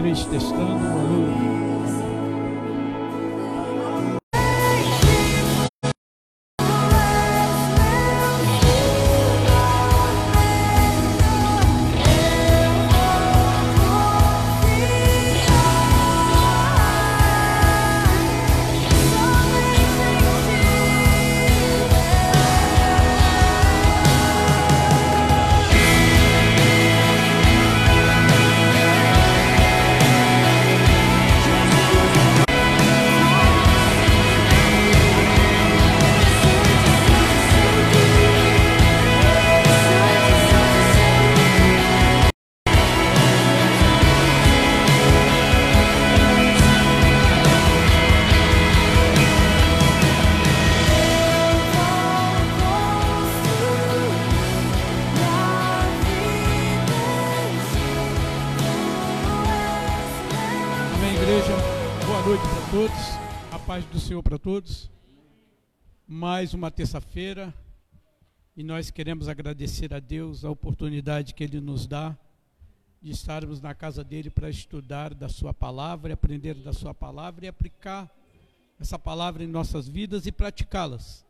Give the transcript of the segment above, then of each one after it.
vez testando. Alô. Do Senhor para todos, mais uma terça-feira, e nós queremos agradecer a Deus a oportunidade que Ele nos dá de estarmos na casa dEle para estudar da sua palavra, aprender da sua palavra e aplicar essa palavra em nossas vidas e praticá-las.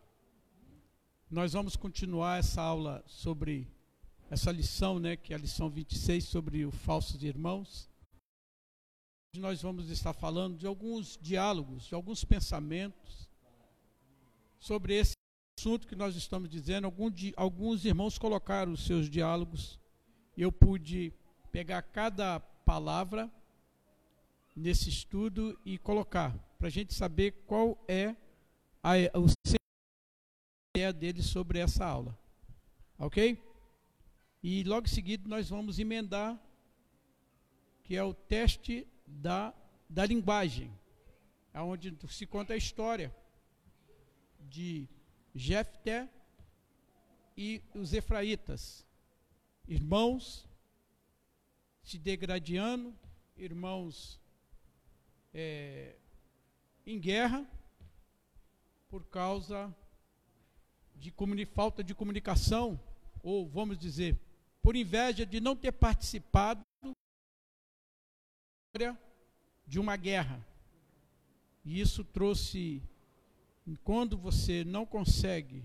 Nós vamos continuar essa aula sobre essa lição, que é a lição 26, sobre os falsos irmãos. Nós vamos estar falando de alguns diálogos, de alguns pensamentos sobre esse assunto que nós estamos dizendo. Alguns irmãos colocaram os seus diálogos e eu pude pegar cada palavra nesse estudo e colocar, para a gente saber qual é o ideia dele sobre essa aula, ok? E logo em seguida nós vamos emendar, que é o teste da linguagem, onde se conta a história de Jefté e os efraítas, irmãos se degradando, irmãos em guerra por causa de falta de comunicação, ou vamos dizer, por inveja de não ter participado de uma guerra. E isso trouxe, quando você não consegue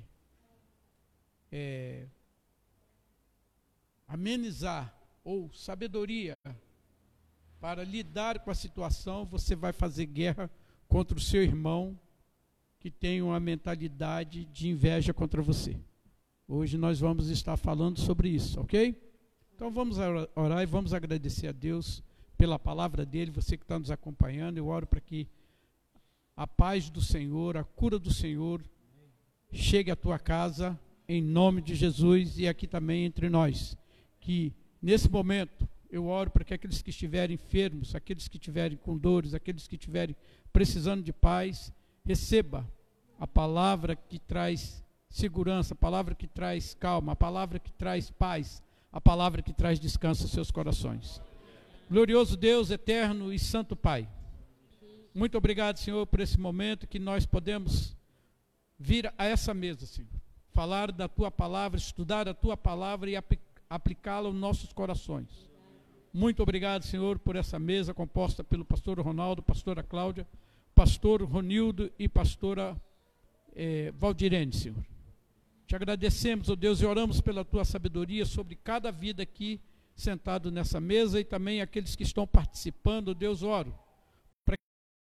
amenizar ou sabedoria para lidar com a situação, você vai fazer guerra contra o seu irmão que tem uma mentalidade de inveja contra você. Hoje nós vamos estar falando sobre isso, ok? Então vamos orar e vamos agradecer a Deus pela palavra dele. Você que está nos acompanhando, eu oro para que a paz do Senhor, a cura do Senhor chegue à tua casa, em nome de Jesus, e aqui também entre nós, que nesse momento eu oro para que aqueles que estiverem enfermos, aqueles que estiverem com dores, aqueles que estiverem precisando de paz, receba a palavra que traz segurança, a palavra que traz calma, a palavra que traz paz, a palavra que traz descanso aos seus corações. Glorioso Deus, eterno e santo Pai, muito obrigado, Senhor, por esse momento que nós podemos vir a essa mesa, Senhor, falar da Tua palavra, estudar a Tua palavra e aplicá-la aos nossos corações. Muito obrigado, Senhor, por essa mesa composta pelo pastor Ronaldo, pastora Cláudia, pastor Ronildo e pastora Valdirene, Senhor. Te agradecemos, ó Deus, e oramos pela Tua sabedoria sobre cada vida aqui sentado nessa mesa e também aqueles que estão participando. Deus, oro para que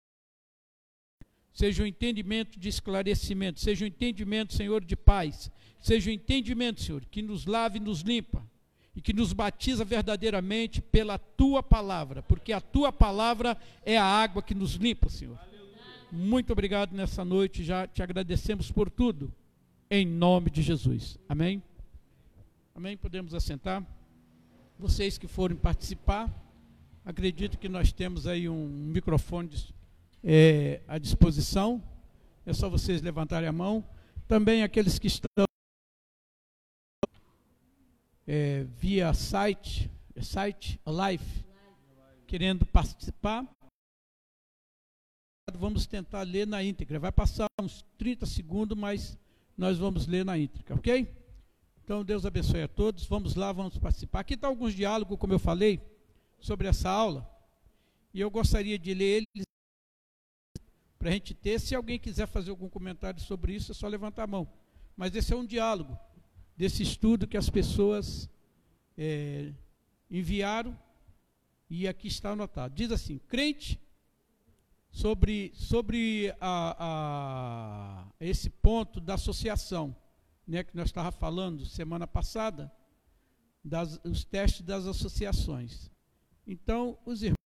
seja um entendimento de esclarecimento, seja um entendimento, Senhor, de paz, seja um entendimento, Senhor, que nos lave e nos limpa e que nos batiza verdadeiramente pela Tua palavra, porque a Tua palavra é a água que nos limpa, Senhor. Muito obrigado nessa noite, já te agradecemos por tudo, em nome de Jesus. Amém? Amém? Podemos assentar. Vocês que forem participar, acredito que nós temos aí um microfone à disposição. É só vocês levantarem a mão. Também aqueles que estão via site live, querendo participar, vamos tentar ler na íntegra. Vai passar uns 30 segundos, mas nós vamos ler na íntegra, ok? Então, Deus abençoe a todos. Vamos lá, vamos participar. Aqui está alguns diálogos, como eu falei, sobre essa aula. e eu gostaria de ler eles para a gente ter. Se alguém quiser fazer algum comentário sobre isso, é só levantar a mão. Mas esse é um diálogo desse estudo que as pessoas enviaram, e aqui está anotado. Diz assim: crente, sobre esse ponto da associação, né, que nós estávamos falando semana passada, os testes das associações. Então, os irmãos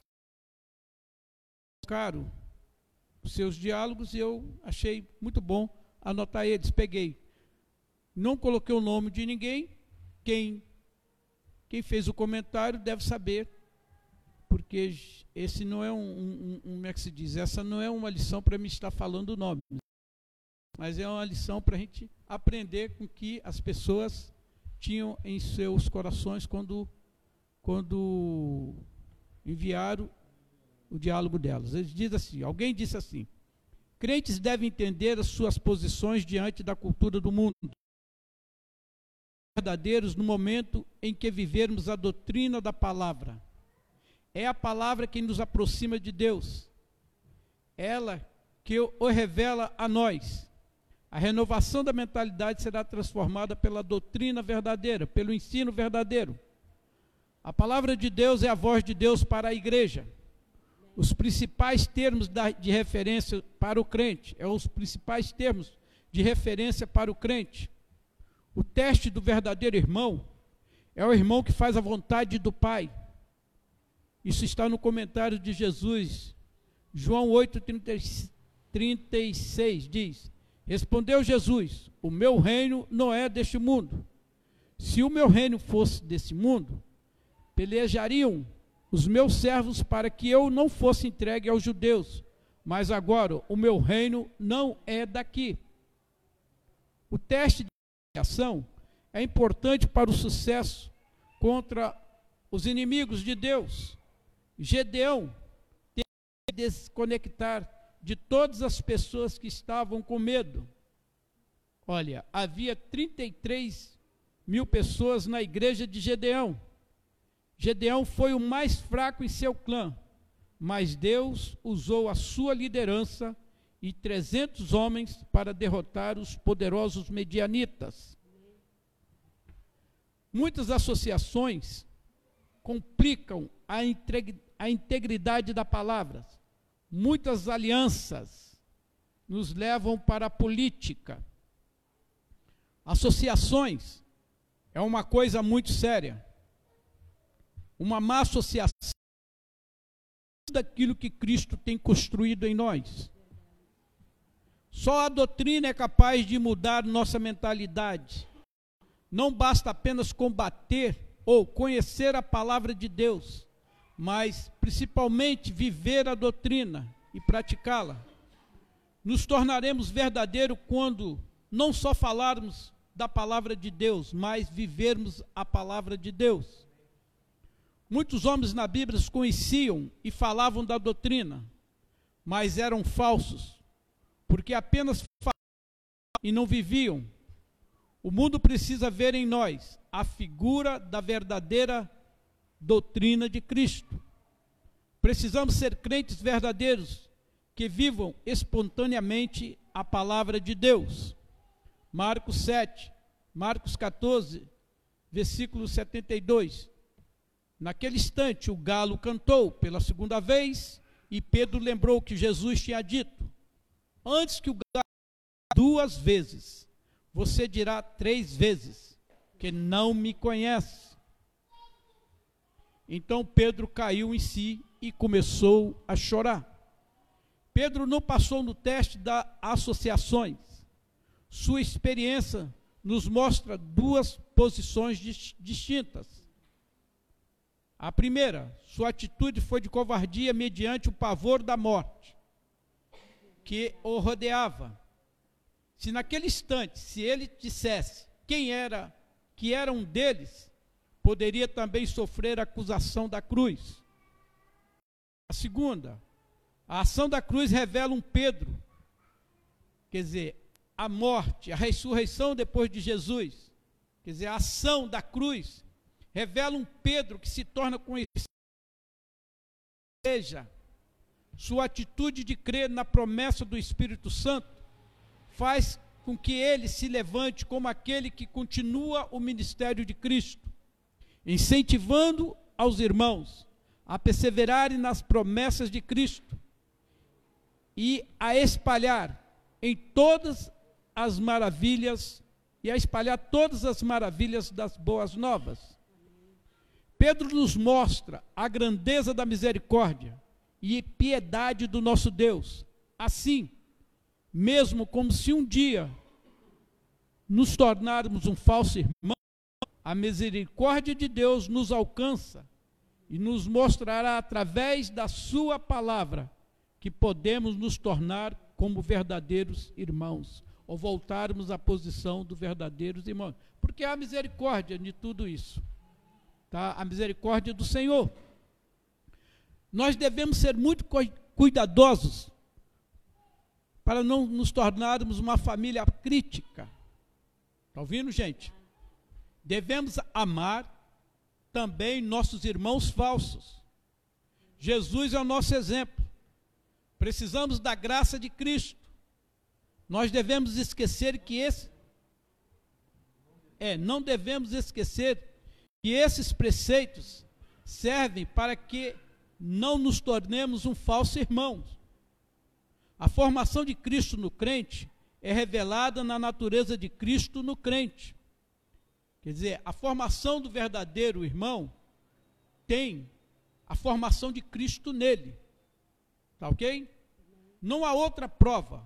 colocaram os seus diálogos e eu achei muito bom anotar eles. Peguei, não coloquei o nome de ninguém. Quem fez o comentário deve saber, porque esse não é como é que se diz? Essa não é uma lição para me estar falando o nome, mas é uma lição para a gente aprender com que as pessoas tinham em seus corações quando enviaram o diálogo delas. Eles dizem assim, alguém disse assim: crentes devem entender as suas posições diante da cultura do mundo, verdadeiros no momento em que vivermos a doutrina da palavra. É a palavra que nos aproxima de Deus, ela que o revela a nós. A renovação da mentalidade será transformada pela doutrina verdadeira, pelo ensino verdadeiro. A palavra de Deus é a voz de Deus para a igreja. Os principais termos de referência para o crente, os principais termos de referência para o crente. O teste do verdadeiro irmão é o irmão que faz a vontade do Pai. Isso está no comentário de Jesus, João 8,36 diz: respondeu Jesus: o meu reino não é deste mundo. Se o meu reino fosse desse mundo, pelejariam os meus servos para que eu não fosse entregue aos judeus, mas agora o meu reino não é daqui. O teste de ação é importante para o sucesso contra os inimigos de Deus. Gedeão teve que desconectar de todas as pessoas que estavam com medo. Olha, havia 33 mil pessoas na igreja de Gedeão. Gedeão foi o mais fraco em seu clã, mas Deus usou a sua liderança e 300 homens para derrotar os poderosos medianitas. Muitas associações complicam a integridade da palavra. Muitas alianças nos levam para a política. Associações é uma coisa muito séria. Uma má associação daquilo que Cristo tem construído em nós. Só a doutrina é capaz de mudar nossa mentalidade. Não basta apenas combater ou conhecer a palavra de Deus, mas principalmente viver a doutrina e praticá-la. Nos tornaremos verdadeiros quando não só falarmos da palavra de Deus, mas vivermos a palavra de Deus. Muitos homens na Bíblia conheciam e falavam da doutrina, mas eram falsos, porque apenas falavam e não viviam. O mundo precisa ver em nós a figura da verdadeira doutrina de Cristo. Precisamos ser crentes verdadeiros, que vivam espontaneamente a palavra de Deus. Marcos 14, versículo 72. Naquele instante o galo cantou pela segunda vez, e Pedro lembrou que Jesus tinha dito: antes que o galo duas vezes, você dirá 3 vezes que não me conhece. Então Pedro caiu em si e começou a chorar. Pedro não passou no teste das associações. Sua experiência nos mostra 2 posições distintas. A primeira, sua atitude foi de covardia mediante o pavor da morte que o rodeava. Se naquele instante, se ele dissesse quem era, que era um deles, poderia também sofrer a acusação da cruz. A segunda, a ação da cruz revela um Pedro, quer dizer, a morte, a ressurreição depois de Jesus, quer dizer, a ação da cruz revela um Pedro que se torna conhecido igreja, sua atitude de crer na promessa do Espírito Santo, faz com que ele se levante como aquele que continua o ministério de Cristo, incentivando aos irmãos a perseverarem nas promessas de Cristo e a espalhar em todas as maravilhas, e a espalhar todas as maravilhas das boas novas. Pedro nos mostra a grandeza da misericórdia e piedade do nosso Deus. Assim, mesmo como se um dia nos tornarmos um falso irmão, a misericórdia de Deus nos alcança e nos mostrará através da sua palavra que podemos nos tornar como verdadeiros irmãos, ou voltarmos à posição dos verdadeiros irmãos, porque há misericórdia de tudo isso, tá? A misericórdia do Senhor. Nós devemos ser muito cuidadosos para não nos tornarmos uma família crítica. Está ouvindo, gente? Devemos amar também nossos irmãos falsos. Jesus é o nosso exemplo. Precisamos da graça de Cristo. Nós devemos esquecer que não devemos esquecer que esses preceitos servem para que não nos tornemos um falso irmão. A formação de Cristo no crente é revelada na natureza de Cristo no crente. Quer dizer, a formação do verdadeiro irmão tem a formação de Cristo nele. Tá ok? Não há outra prova.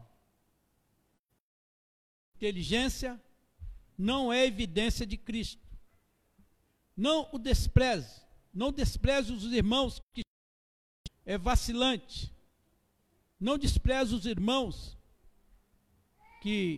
Inteligência não é evidência de Cristo. Não o despreze. Não despreze os irmãos que é vacilante. Não despreze os irmãos que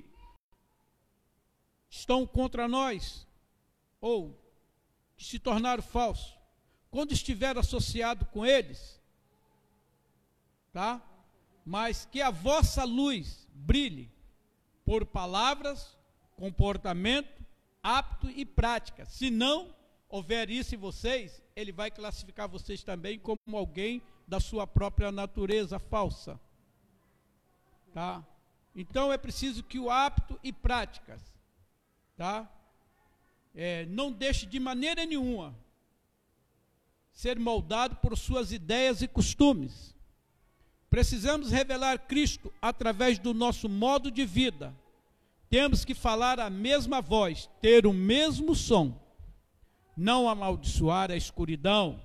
estão contra nós ou que se tornaram falsos. Quando estiver associado com eles, tá? Mas que a vossa luz brilhe por palavras, comportamento, hábito e prática. Se não houver isso em vocês, ele vai classificar vocês também como alguém da sua própria natureza falsa. Tá? Então é preciso que o hábito e práticas, tá? Não deixe de maneira nenhuma ser moldado por suas ideias e costumes. Precisamos revelar Cristo através do nosso modo de vida. Temos que falar a mesma voz, ter o mesmo som, não amaldiçoar a escuridão.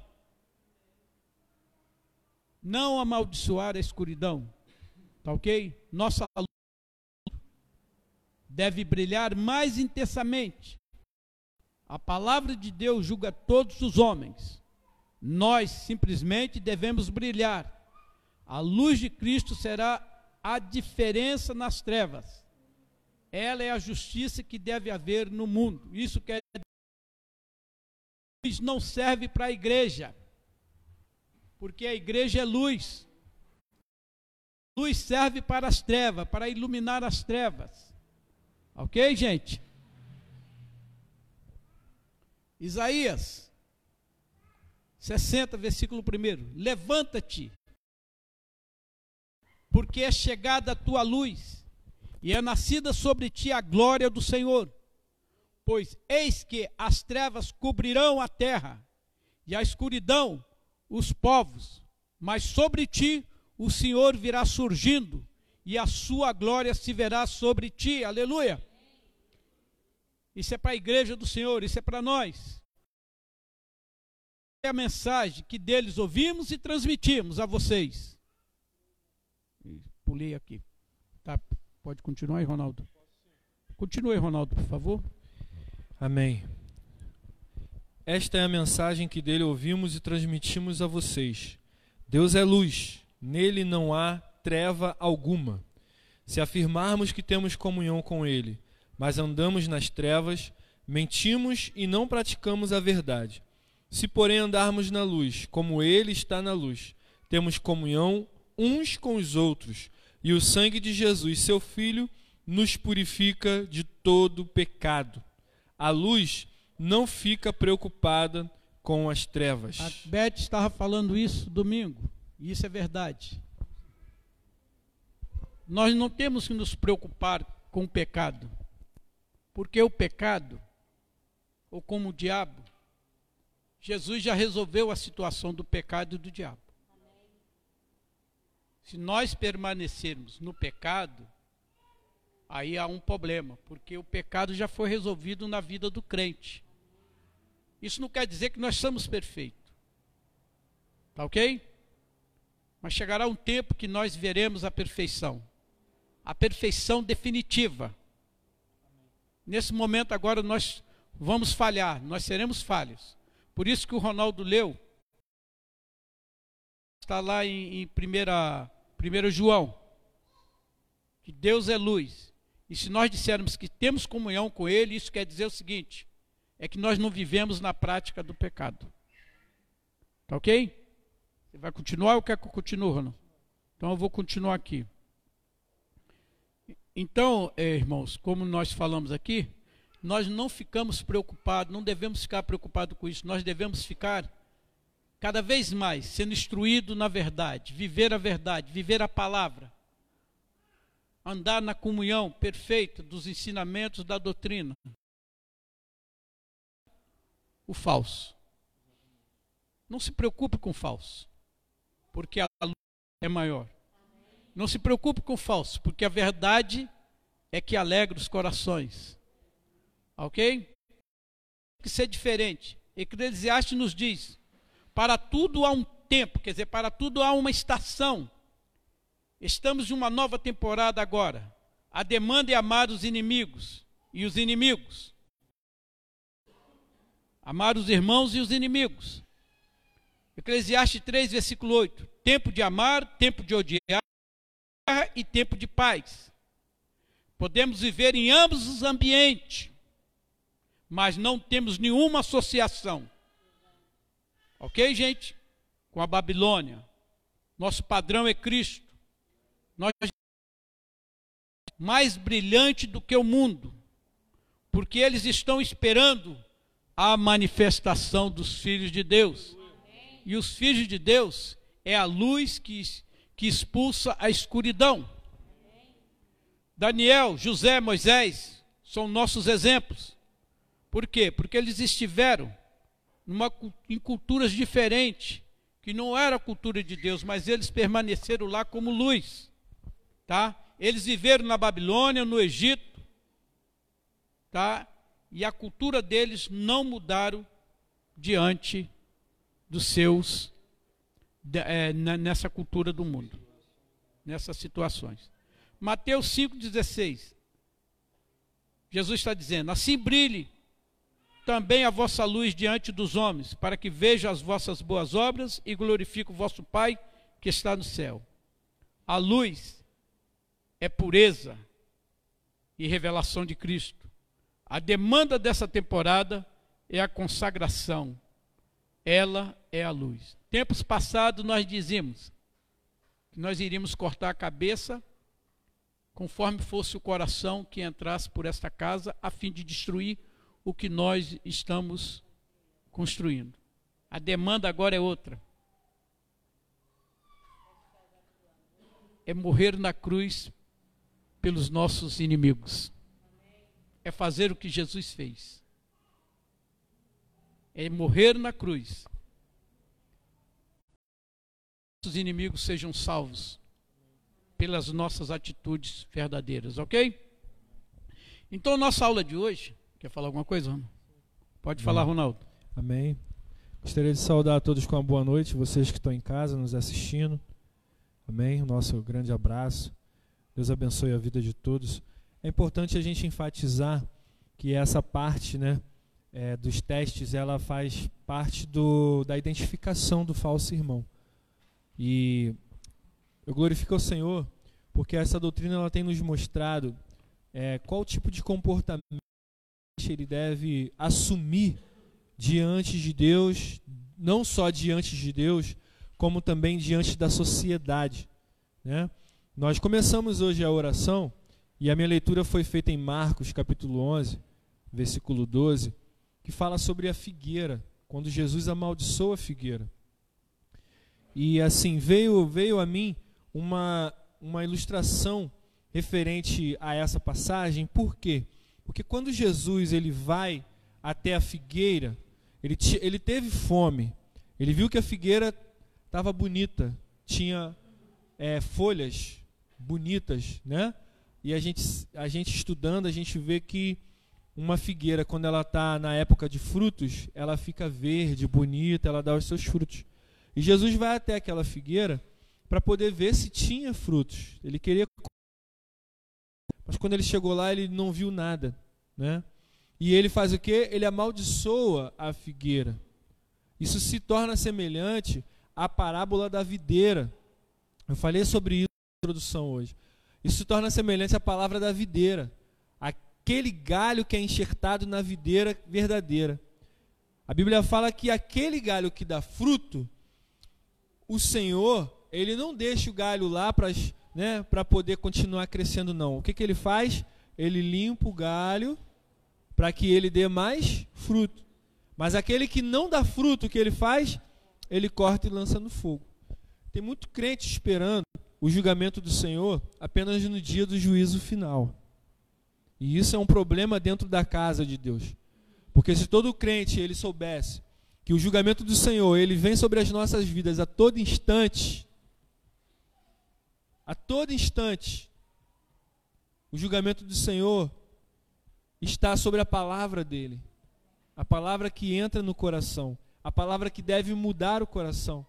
Não amaldiçoar a escuridão. Tá ok? Nossa luz deve brilhar mais intensamente. A palavra de Deus julga todos os homens. Nós simplesmente devemos brilhar. A luz de Cristo será a diferença nas trevas. Ela é a justiça que deve haver no mundo. Isso quer dizer que a luz não serve para a igreja, porque a igreja é luz. A luz serve para as trevas, para iluminar as trevas. Ok, gente? Isaías 60, versículo 1. Levanta-te, porque é chegada a tua luz, e é nascida sobre ti a glória do Senhor. Pois eis que as trevas cobrirão a terra, e a escuridão os povos, mas sobre ti o Senhor virá surgindo, e a sua glória se verá sobre ti. Aleluia! Isso é para a igreja do Senhor, isso é para nós. É a mensagem que deles ouvimos e transmitimos a vocês. Pulei aqui. Tá, pode continuar aí, Ronaldo. Continue, Ronaldo, por favor. Amém. Esta é a mensagem que dele ouvimos e transmitimos a vocês. Deus é luz, nele não há treva alguma. Se afirmarmos que temos comunhão com ele, mas andamos nas trevas, mentimos e não praticamos a verdade. Se, porém, andarmos na luz, como ele está na luz, temos comunhão uns com os outros, e o sangue de Jesus, seu Filho, nos purifica de todo pecado. A luz não fica preocupada com as trevas. A Beth estava falando isso domingo. E isso é verdade. Nós não temos que nos preocupar com o pecado, porque o pecado, ou como o diabo, Jesus já resolveu a situação do pecado e do diabo. Se nós permanecermos no pecado, aí há um problema, porque o pecado já foi resolvido na vida do crente. Isso não quer dizer que nós somos perfeitos. Tá ok? Mas chegará um tempo que nós veremos a perfeição definitiva. Nesse momento agora nós vamos falhar, nós seremos falhos. Por isso que o Ronaldo leu, está lá em 1 João, que Deus é luz. E se nós dissermos que temos comunhão com Ele, isso quer dizer o seguinte, é que nós não vivemos na prática do pecado. Tá ok? Você vai continuar ou quer que eu continue, Ronaldo? Então eu vou continuar aqui. Então, irmãos, como nós falamos aqui, nós não ficamos preocupados, não devemos ficar preocupados com isso, nós devemos ficar cada vez mais sendo instruído na verdade, viver a verdade, viver a palavra, andar na comunhão perfeita dos ensinamentos da doutrina. O falso. Não se preocupe com o falso, porque a luz é maior. Não se preocupe com o falso, porque a verdade é que alegra os corações. Ok? Tem que ser diferente. Eclesiastes nos diz, para tudo há um tempo, quer dizer, para tudo há uma estação. Estamos em uma nova temporada agora. A demanda é amar os inimigos e os inimigos. Amar os irmãos e os inimigos. Eclesiastes 3, versículo 8. Tempo de amar, tempo de odiar e tempo de paz. Podemos viver em ambos os ambientes, mas não temos nenhuma associação. Ok, gente? Com a Babilônia. Nosso padrão é Cristo. Nós mais brilhante do que o mundo, porque eles estão esperando a manifestação dos filhos de Deus. E os filhos de Deus é a luz que expulsa a escuridão. Daniel, José, Moisés são nossos exemplos. Por quê? Porque eles estiveram em culturas diferentes, que não era a cultura de Deus, mas eles permaneceram lá como luz. Tá? Eles viveram na Babilônia, no Egito, tá? E a cultura deles não mudaram diante dos seus, nessa cultura do mundo, nessas situações. Mateus 5,16, Jesus está dizendo, assim brilhe também a vossa luz diante dos homens, para que vejam as vossas boas obras e glorifiquem o vosso Pai que está no céu. A luz é pureza e revelação de Cristo. A demanda dessa temporada é a consagração. Ela é a luz. Tempos passados nós dizíamos que nós iríamos cortar a cabeça conforme fosse o coração que entrasse por esta casa, a fim de destruir o que nós estamos construindo. A demanda agora é outra. É morrer na cruz pelos nossos inimigos. É fazer o que Jesus fez. É morrer na cruz. Os inimigos sejam salvos pelas nossas atitudes verdadeiras, ok? Então, nossa aula de hoje, quer falar alguma coisa, Ronaldo? Pode falar, Ronaldo. Amém. Gostaria de saudar a todos com uma boa noite, vocês que estão em casa nos assistindo. Amém. O nosso grande abraço. Deus abençoe a vida de todos. É importante a gente enfatizar que essa parte, dos testes, ela faz parte da identificação do falso irmão. E eu glorifico ao Senhor porque essa doutrina ela tem nos mostrado qual tipo de comportamento ele deve assumir diante de Deus, não só diante de Deus, como também diante da sociedade, né? Nós começamos hoje a oração e a minha leitura foi feita em Marcos capítulo 11, versículo 12, que fala sobre a figueira, quando Jesus amaldiçoa a figueira. E assim, veio a mim uma ilustração referente a essa passagem. Por quê? Porque quando Jesus ele vai até a figueira, ele teve fome. Ele viu que a figueira estava bonita, tinha folhas bonitas, né? E a gente estudando, a gente vê que uma figueira, quando ela está na época de frutos, ela fica verde, bonita, ela dá os seus frutos. E Jesus vai até aquela figueira para poder ver se tinha frutos. Ele queria, mas quando ele chegou lá, ele não viu nada, né? E ele faz o quê? Ele amaldiçoa a figueira. Isso se torna semelhante à parábola da videira. Eu falei sobre isso na introdução hoje. Isso se torna semelhante à palavra da videira. Aquele galho que é enxertado na videira verdadeira. A Bíblia fala que aquele galho que dá fruto, o Senhor, ele não deixa o galho lá para poder continuar crescendo, não. O que ele faz? Ele limpa o galho para que ele dê mais fruto. Mas aquele que não dá fruto, o que ele faz? Ele corta e lança no fogo. Tem muito crente esperando o julgamento do Senhor apenas no dia do juízo final. E isso é um problema dentro da casa de Deus. Porque se todo crente ele soubesse que o julgamento do Senhor ele vem sobre as nossas vidas a todo instante, o julgamento do Senhor está sobre a palavra dele. A palavra que entra no coração, a palavra que deve mudar o coração.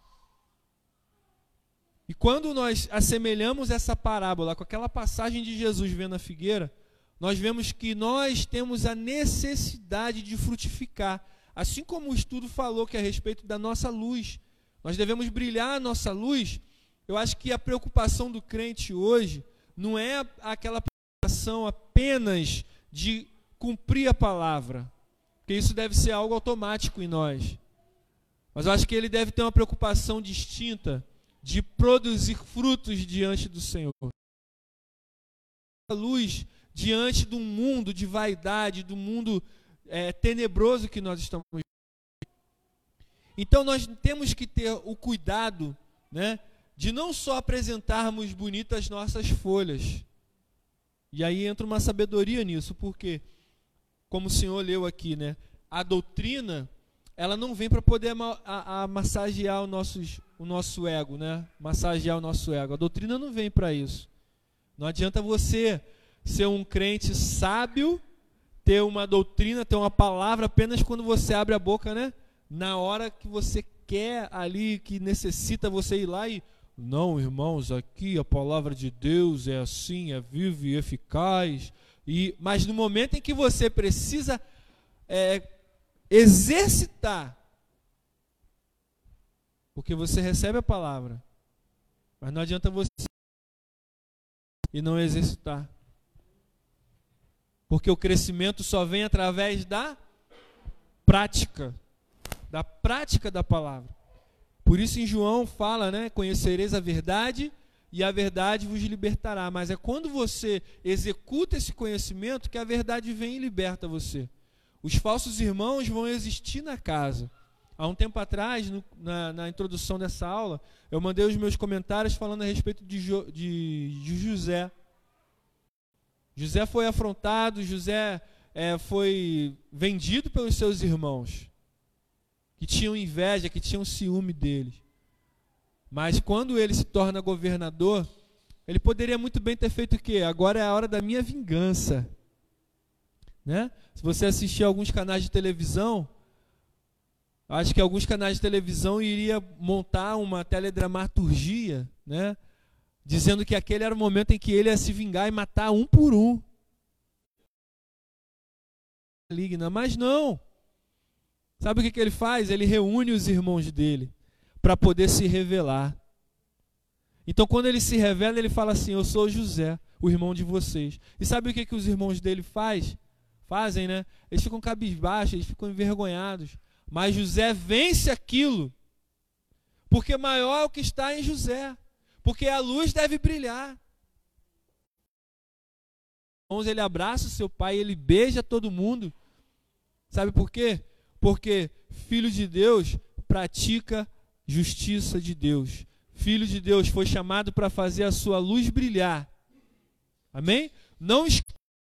E quando nós assemelhamos essa parábola com aquela passagem de Jesus vendo a figueira, nós vemos que nós temos a necessidade de frutificar. Assim como o estudo falou que a respeito da nossa luz, nós devemos brilhar a nossa luz. Eu acho que a preocupação do crente hoje não é aquela preocupação apenas de cumprir a palavra, porque isso deve ser algo automático em nós. Mas eu acho que ele deve ter uma preocupação distinta de produzir frutos diante do Senhor. A luz diante de um mundo de vaidade, do mundo tenebroso que nós estamos vivendo. Então nós temos que ter o cuidado, né, de não só apresentarmos bonitas nossas folhas. E aí entra uma sabedoria nisso, porque, como o senhor leu aqui, né, a doutrina, ela não vem para poder massagear o nosso ego, né? Massagear o nosso ego. A doutrina não vem para isso. Não adianta você ser um crente sábio, ter uma doutrina, ter uma palavra apenas quando você abre a boca, né? Na hora que você quer ali, que necessita você ir lá e... Não, irmãos, aqui a palavra de Deus é assim, é viva e eficaz. Mas no momento em que você precisa exercitar, porque você recebe a palavra, mas não adianta você e não exercitar, porque o crescimento só vem através da prática da palavra. Por isso em João fala, né, conhecereis a verdade e a verdade vos libertará. Mas é quando você executa esse conhecimento que a verdade vem e liberta você. Os falsos irmãos vão existir na casa. Há um tempo atrás, na introdução dessa aula, eu mandei os meus comentários falando a respeito de José. José foi afrontado, José foi vendido pelos seus irmãos, que tinham inveja, que tinham ciúme dele. Mas quando ele se torna governador, ele poderia muito bem ter feito o quê? Agora é a hora da minha vingança, né? Se você assistir a alguns canais de televisão, acho que alguns canais de televisão iriam montar uma teledramaturgia, né? Dizendo que aquele era o momento em que ele ia se vingar e matar um por um. Mas não. Sabe o que ele faz? Ele reúne os irmãos dele para poder se revelar. Então, quando ele se revela, ele fala assim: eu sou José, o irmão de vocês. E sabe o que os irmãos dele fazem, né? Eles ficam cabisbaixos, eles ficam envergonhados. Mas José vence aquilo, porque maior é o que está em José, porque a luz deve brilhar. Ele abraça o seu pai, ele beija todo mundo. Sabe por quê? Porque filho de Deus pratica justiça de Deus. Filho de Deus foi chamado para fazer a sua luz brilhar. Amém? Não fique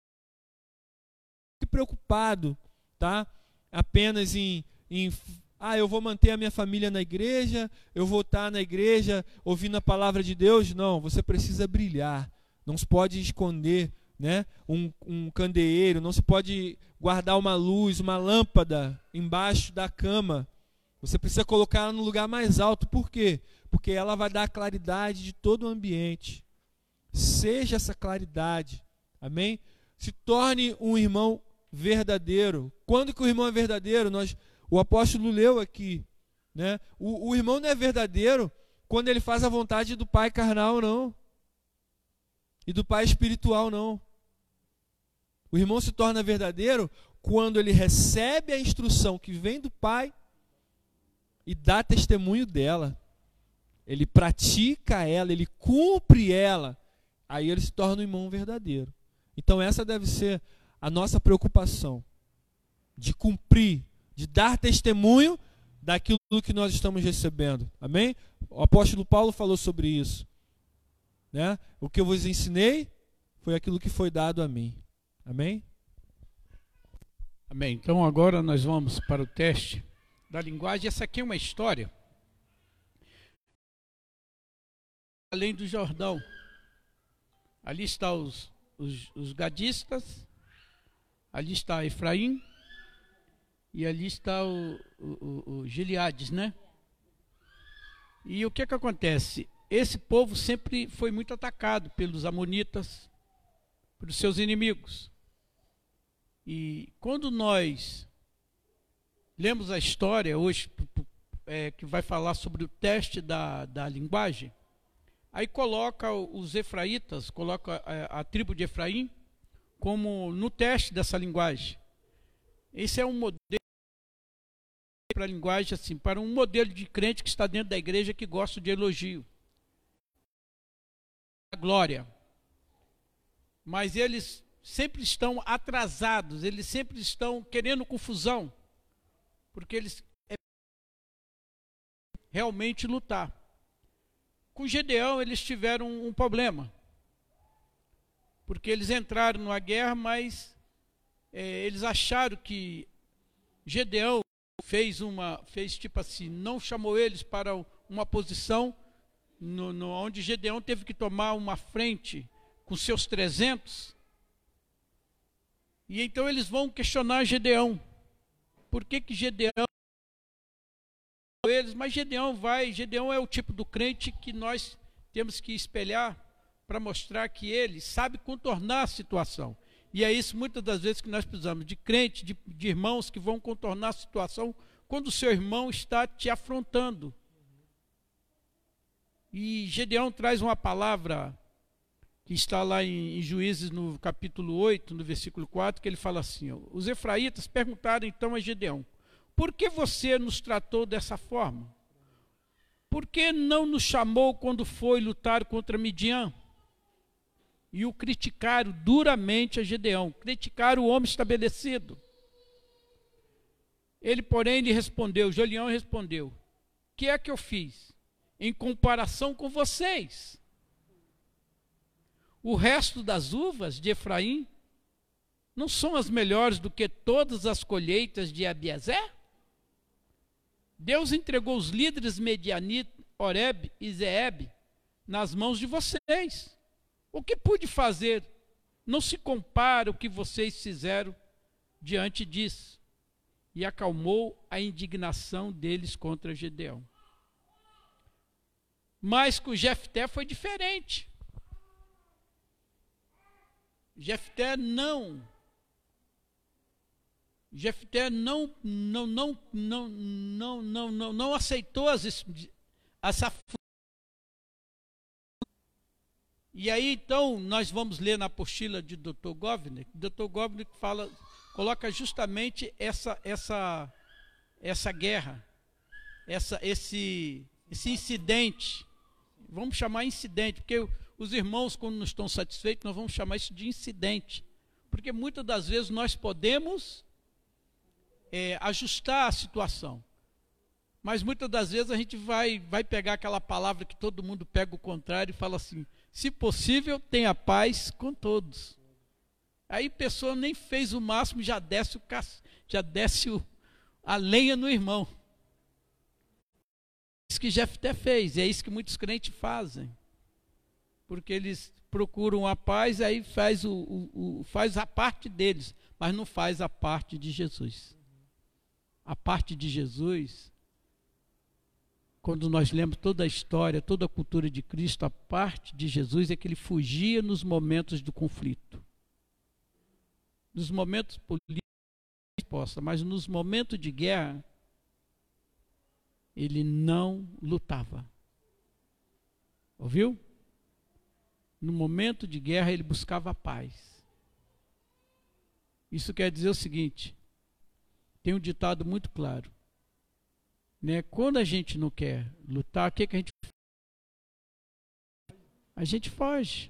preocupado, tá? Apenas eu vou manter a minha família na igreja, eu vou estar na igreja ouvindo a palavra de Deus. Não, você precisa brilhar. Não se pode esconder, né, um candeeiro, não se pode guardar uma luz, uma lâmpada embaixo da cama. Você precisa colocar ela no lugar mais alto. Por quê? Porque ela vai dar a claridade de todo o ambiente. Seja essa claridade. Amém? Se torne um irmão verdadeiro. Quando que o irmão é verdadeiro? O apóstolo leu aqui, né? O irmão não é verdadeiro quando ele faz a vontade do pai carnal, não. E do pai espiritual, não. O irmão se torna verdadeiro quando ele recebe a instrução que vem do pai e dá testemunho dela. Ele pratica ela, ele cumpre ela. Aí ele se torna um irmão verdadeiro. Então essa deve ser a nossa preocupação. De cumprir, de dar testemunho daquilo que nós estamos recebendo. Amém? O apóstolo Paulo falou sobre isso. Né? O que eu vos ensinei foi aquilo que foi dado a mim. Amém? Amém. Então agora nós vamos para o teste da linguagem. Essa aqui é uma história além do Jordão. Ali estão os gadistas, ali está Efraim e ali está o Gileades, né? E o que acontece? Esse povo sempre foi muito atacado pelos amonitas, pelos seus inimigos. E quando nós lemos a história hoje, que vai falar sobre o teste da linguagem, aí coloca os efraitas, coloca a tribo de Efraim como no teste dessa linguagem. Esse é um modelo para a linguagem, assim, para um modelo de crente que está dentro da igreja que gosta de elogio, glória. Mas eles sempre estão atrasados, eles sempre estão querendo confusão, porque eles realmente lutar. Com Gedeão eles tiveram um problema, porque eles entraram numa guerra, mas eles acharam que Gedeão fez tipo assim, não chamou eles para uma posição onde Gedeão teve que tomar uma frente com seus 300, e então eles vão questionar Gedeão. Por que Gedeão eles? Mas Gedeão é o tipo do crente que nós temos que espelhar para mostrar que ele sabe contornar a situação. E é isso muitas das vezes que nós precisamos, de crente, de irmãos que vão contornar a situação quando o seu irmão está te afrontando. E Gedeão traz uma palavra que está lá em Juízes, no capítulo 8, no versículo 4, que ele fala assim: os efraitas perguntaram então a Gedeão: por que você nos tratou dessa forma? Por que não nos chamou quando foi lutar contra Midian? E o criticaram duramente a Gedeão, criticaram o homem estabelecido. Ele, porém, lhe respondeu, Gedeão respondeu: que é que eu fiz em comparação com vocês? O resto das uvas de Efraim não são as melhores do que todas as colheitas de Abiezer? Deus entregou os líderes medianitas, Oreb e Zeeb, nas mãos de vocês. O que pude fazer não se compara ao que vocês fizeram diante disso. E acalmou a indignação deles contra Gedeão. Mas com Jefté foi diferente. Jefté não aceitou essa. E aí então nós vamos ler na apostila de Dr. Govner. Dr. Govner coloca justamente essa guerra, esse incidente. Vamos chamar incidente, porque os irmãos, quando não estão satisfeitos, nós vamos chamar isso de incidente, porque muitas das vezes nós podemos ajustar a situação, Mas muitas das vezes a gente vai pegar aquela palavra que todo mundo pega o contrário e fala assim: se possível, tenha paz com todos. Aí a pessoa nem fez o máximo, já desce a lenha no irmão. É isso que Jefté fez, é isso que muitos crentes fazem. Porque eles procuram a paz, aí faz a parte deles, mas não faz a parte de Jesus. A parte de Jesus, quando nós lemos toda a história, toda a cultura de Cristo, a parte de Jesus é que ele fugia nos momentos do conflito. Nos momentos políticos, mas nos momentos de guerra, ele não lutava. Ouviu? No momento de guerra, ele buscava a paz. Isso quer dizer o seguinte: tem um ditado muito claro, né? Quando a gente não quer lutar, o que a gente faz? A gente foge.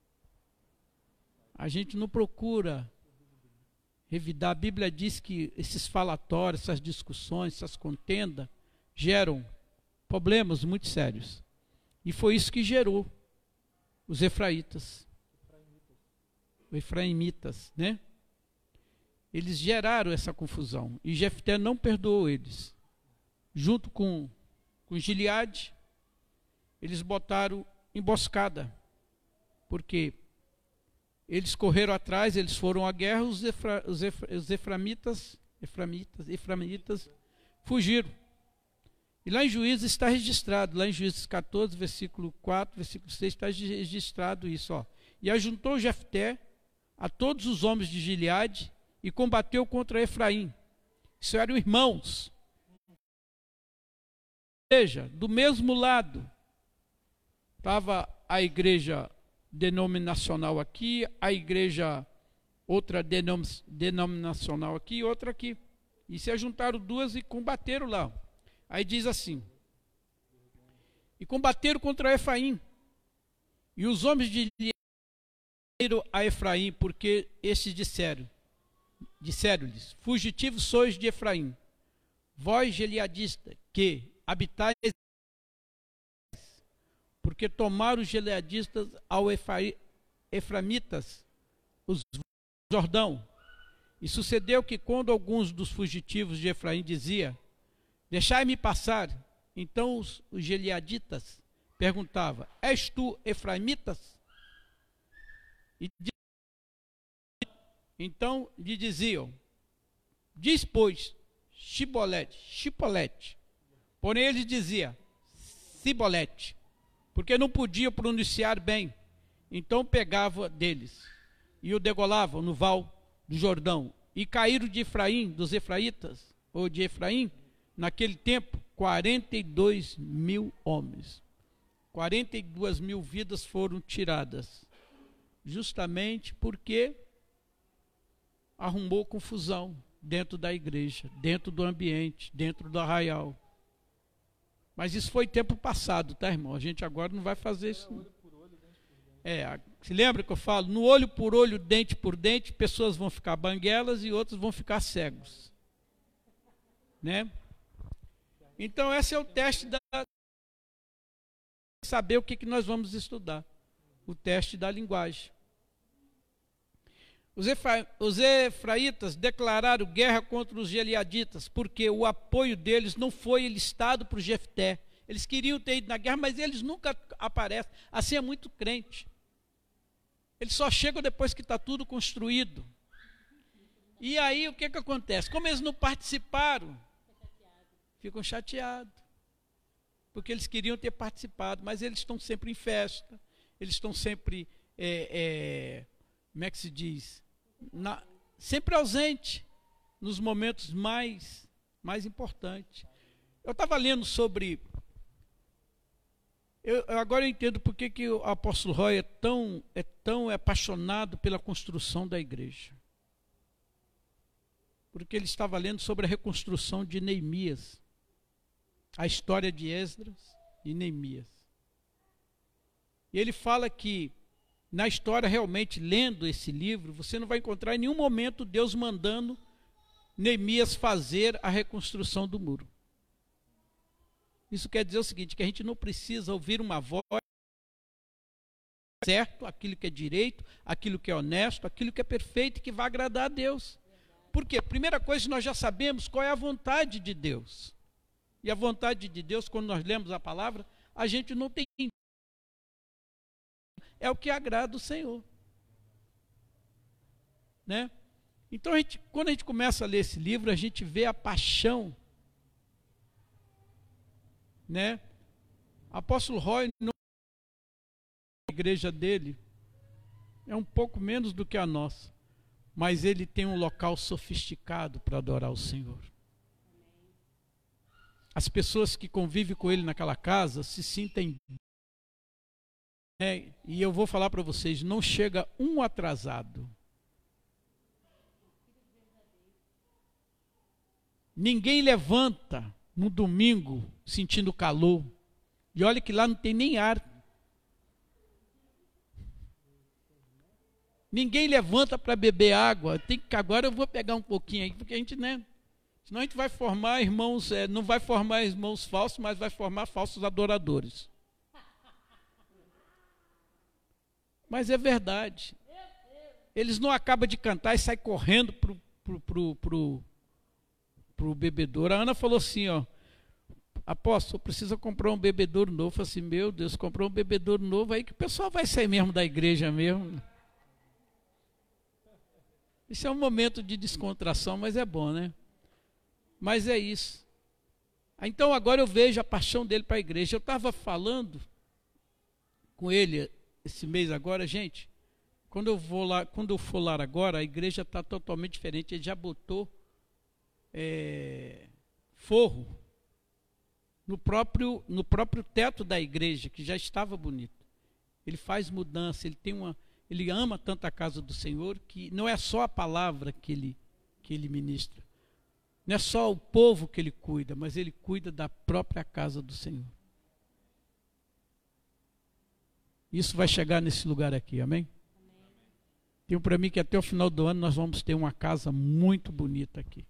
A gente não procura revidar. A Bíblia diz que esses falatórios, essas discussões, essas contendas geram problemas muito sérios. E foi isso que gerou os efraítas. Os efraimitas, né? Eles geraram essa confusão. E Jefté não perdoou eles. Junto com Gileade, eles botaram emboscada. Porque eles correram atrás, eles foram à guerra, os eframitas fugiram. E lá em Juízes está registrado, lá em Juízes 14, versículo 4, versículo 6, está registrado isso. Ó. E ajuntou Jefté a todos os homens de Gileade e combateu contra Efraim. Isso eram irmãos. Veja, do mesmo lado estava a igreja denominacional aqui, a igreja outra denominacional aqui e outra aqui. E se ajuntaram duas e combateram lá. Aí diz assim: e combateram contra Efraim. E os homens de Gileade a Efraim, porque estes disseram-lhes: fugitivos sois de Efraim, vós gileadistas, que habitais, porque tomaram os gileadistas ao eframitas, os Jordão. E sucedeu que quando alguns dos fugitivos de Efraim dizia: deixai-me passar, então os gileaditas perguntavam: és tu efraimitas? E então lhe diziam: diz, pois, Chipolete. Porém ele dizia Cibolete, porque não podia pronunciar bem. Então pegava deles e o degolavam no val do Jordão. E caíram de Efraim, dos efraitas, ou de Efraim, naquele tempo, 42 mil homens. 42 mil vidas foram tiradas, justamente porque arrumou confusão dentro da igreja, dentro do ambiente, dentro do arraial. Mas isso foi tempo passado, tá, irmão? A gente agora não vai fazer isso. Se lembra que eu falo? No olho por olho, dente por dente, pessoas vão ficar banguelas e outros vão ficar cegos. Né? Então, esse é o teste da... saber o que nós vamos estudar. O teste da linguagem. Os efraitas declararam guerra contra os gileaditas, porque o apoio deles não foi listado por Jefté. Eles queriam ter ido na guerra, mas eles nunca aparecem. Assim é muito crente. Eles só chegam depois que está tudo construído. E aí o que acontece? Como eles não participaram, ficam chateados. Porque eles queriam ter participado, mas eles estão sempre em festa. Eles estão sempre, como é que se diz? Sempre ausente nos momentos mais importantes. Eu estava lendo sobre... agora eu entendo por que o apóstolo Roy é tão apaixonado pela construção da igreja. Porque ele estava lendo sobre a reconstrução de Neemias. A história de Esdras e Neemias. E ele fala que, na história, realmente, lendo esse livro, você não vai encontrar em nenhum momento Deus mandando Neemias fazer a reconstrução do muro. Isso quer dizer o seguinte, que a gente não precisa ouvir uma voz certo, aquilo que é direito, aquilo que é honesto, aquilo que é perfeito e que vai agradar a Deus. Por quê? Primeira coisa, nós já sabemos qual é a vontade de Deus. E a vontade de Deus, quando nós lemos a palavra, a gente não tem... É o que agrada o Senhor. Né? Então, quando a gente começa a ler esse livro, a gente vê a paixão. Né? Apóstolo Roy, a igreja dele é um pouco menos do que a nossa, mas ele tem um local sofisticado para adorar o Senhor. As pessoas que convivem com ele naquela casa se sentem e eu vou falar para vocês, não chega um atrasado. Ninguém levanta no domingo sentindo calor. E olha que lá não tem nem ar. Ninguém levanta para beber água. Agora eu vou pegar um pouquinho aí, porque a gente, né? Senão a gente vai formar irmãos, não vai formar irmãos falsos, mas vai formar falsos adoradores. Mas é verdade. Eles não acabam de cantar e saem correndo pro bebedouro. A Ana falou assim, ó, apóstolo, precisa comprar um bebedouro novo. Eu falei assim, meu Deus, comprou um bebedouro novo, aí que o pessoal vai sair mesmo da igreja mesmo. Isso é um momento de descontração, mas é bom, né? Mas é isso. Então agora eu vejo a paixão dele para a igreja. Eu estava falando com ele esse mês agora, gente, quando eu for lá agora, a igreja está totalmente diferente. Ele já botou forro no próprio teto da igreja, que já estava bonito. Ele faz mudança, ele ama tanto a casa do Senhor, que não é só a palavra que ele ministra, não é só o povo que ele cuida, mas ele cuida da própria casa do Senhor. Isso vai chegar nesse lugar aqui, amém? Tenho para mim que até o final do ano nós vamos ter uma casa muito bonita aqui.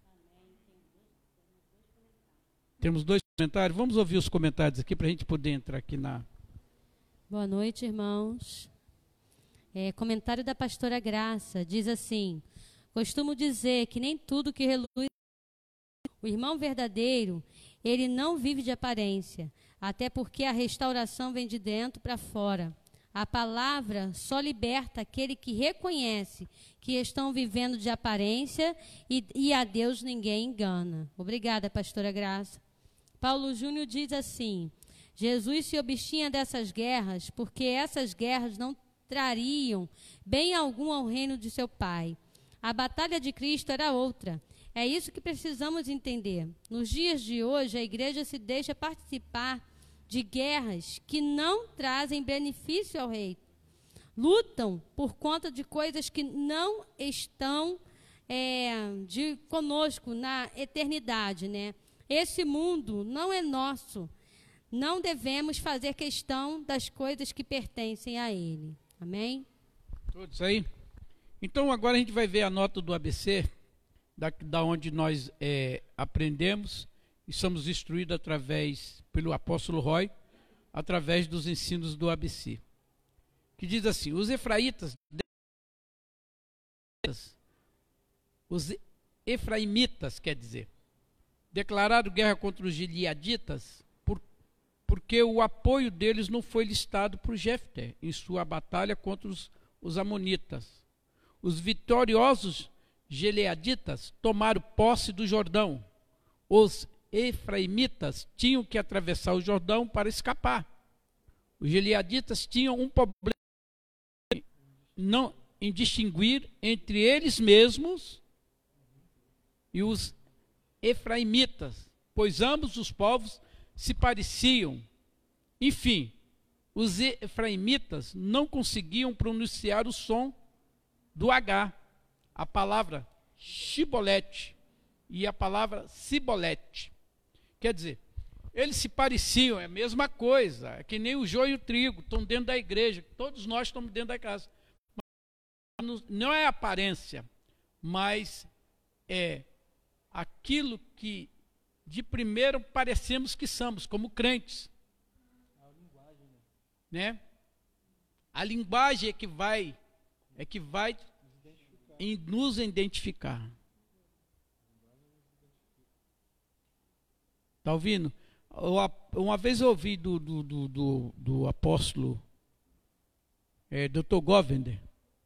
Temos 2 comentários, vamos ouvir os comentários aqui para a gente poder entrar aqui na... Boa noite, irmãos. Comentário da pastora Graça, diz assim: costumo dizer que nem tudo que reluz... O irmão verdadeiro, ele não vive de aparência, até porque a restauração vem de dentro para fora. A palavra só liberta aquele que reconhece que estão vivendo de aparência e a Deus ninguém engana. Obrigada, pastora Graça. Paulo Júnior diz assim: Jesus se obstinha dessas guerras porque essas guerras não trariam bem algum ao reino de seu Pai. A batalha de Cristo era outra. É isso que precisamos entender. Nos dias de hoje, a igreja se deixa participar de guerras que não trazem benefício ao rei. Lutam por conta de coisas que não estão conosco na eternidade, né? Esse mundo não é nosso. Não devemos fazer questão das coisas que pertencem a ele. Amém? Todos aí? Então agora a gente vai ver a nota do ABC, da onde nós aprendemos e somos instruídos pelo apóstolo Roy, através dos ensinos do ABC. Que diz assim: os efraimitas, quer dizer, declararam guerra contra os gileaditas porque o apoio deles não foi listado por Jefté em sua batalha contra os amonitas. Os vitoriosos gileaditas tomaram posse do Jordão. Os efraimitas tinham que atravessar o Jordão para escapar. Os gileaditas tinham um problema em distinguir entre eles mesmos e os efraimitas, pois ambos os povos se pareciam. Enfim, os efraimitas não conseguiam pronunciar o som do H, a palavra shibolete e a palavra sibolete. Quer dizer, eles se pareciam, é a mesma coisa, é que nem o joio e o trigo, estão dentro da igreja, todos nós estamos dentro da casa. Não é aparência, mas é aquilo que de primeiro parecemos que somos, como crentes. Né? A linguagem é que vai nos identificar. Está ouvindo? Uma vez eu ouvi do apóstolo Dr. Govender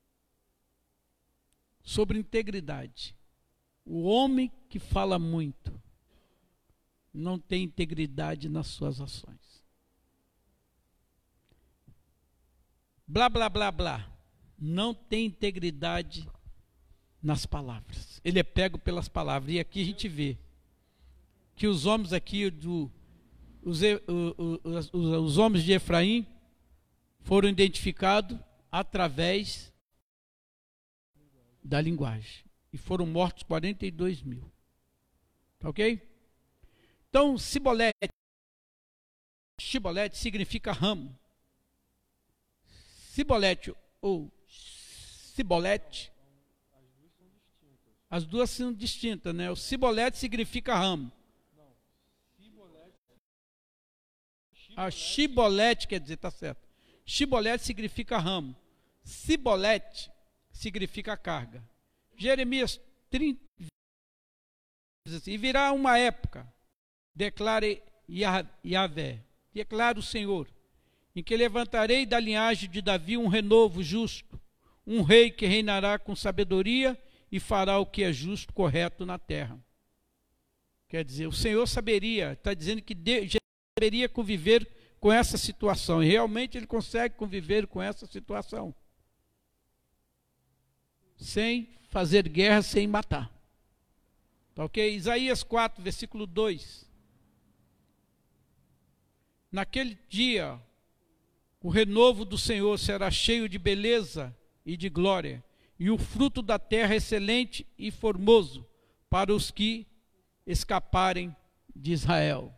sobre integridade. O homem que fala muito não tem integridade nas suas ações. Blá, blá, blá, blá. Não tem integridade nas palavras. Ele é pego pelas palavras. E aqui a gente vê que os homens aqui, os homens de Efraim, foram identificados através da linguagem. E foram mortos 42.000. Tá ok? Então, Sibolete significa ramo. Sibolete ou Sibolete, as duas são distintas, né? O Sibolete significa ramo. A Shibolete quer dizer, tá certo. Shibolete significa ramo. Sibolete significa carga. Jeremias 30 diz assim: e virá uma época, declare Yahvé, declara o Senhor, em que levantarei da linhagem de Davi um renovo justo, um rei que reinará com sabedoria e fará o que é justo, correto na terra. Quer dizer, o Senhor saberia, está dizendo que deveria conviver com essa situação, e realmente ele consegue conviver com essa situação, sem fazer guerra, sem matar. Tá ok? Isaías 4, versículo 2. Naquele dia, o renovo do Senhor será cheio de beleza e de glória, e o fruto da terra excelente e formoso para os que escaparem de Israel.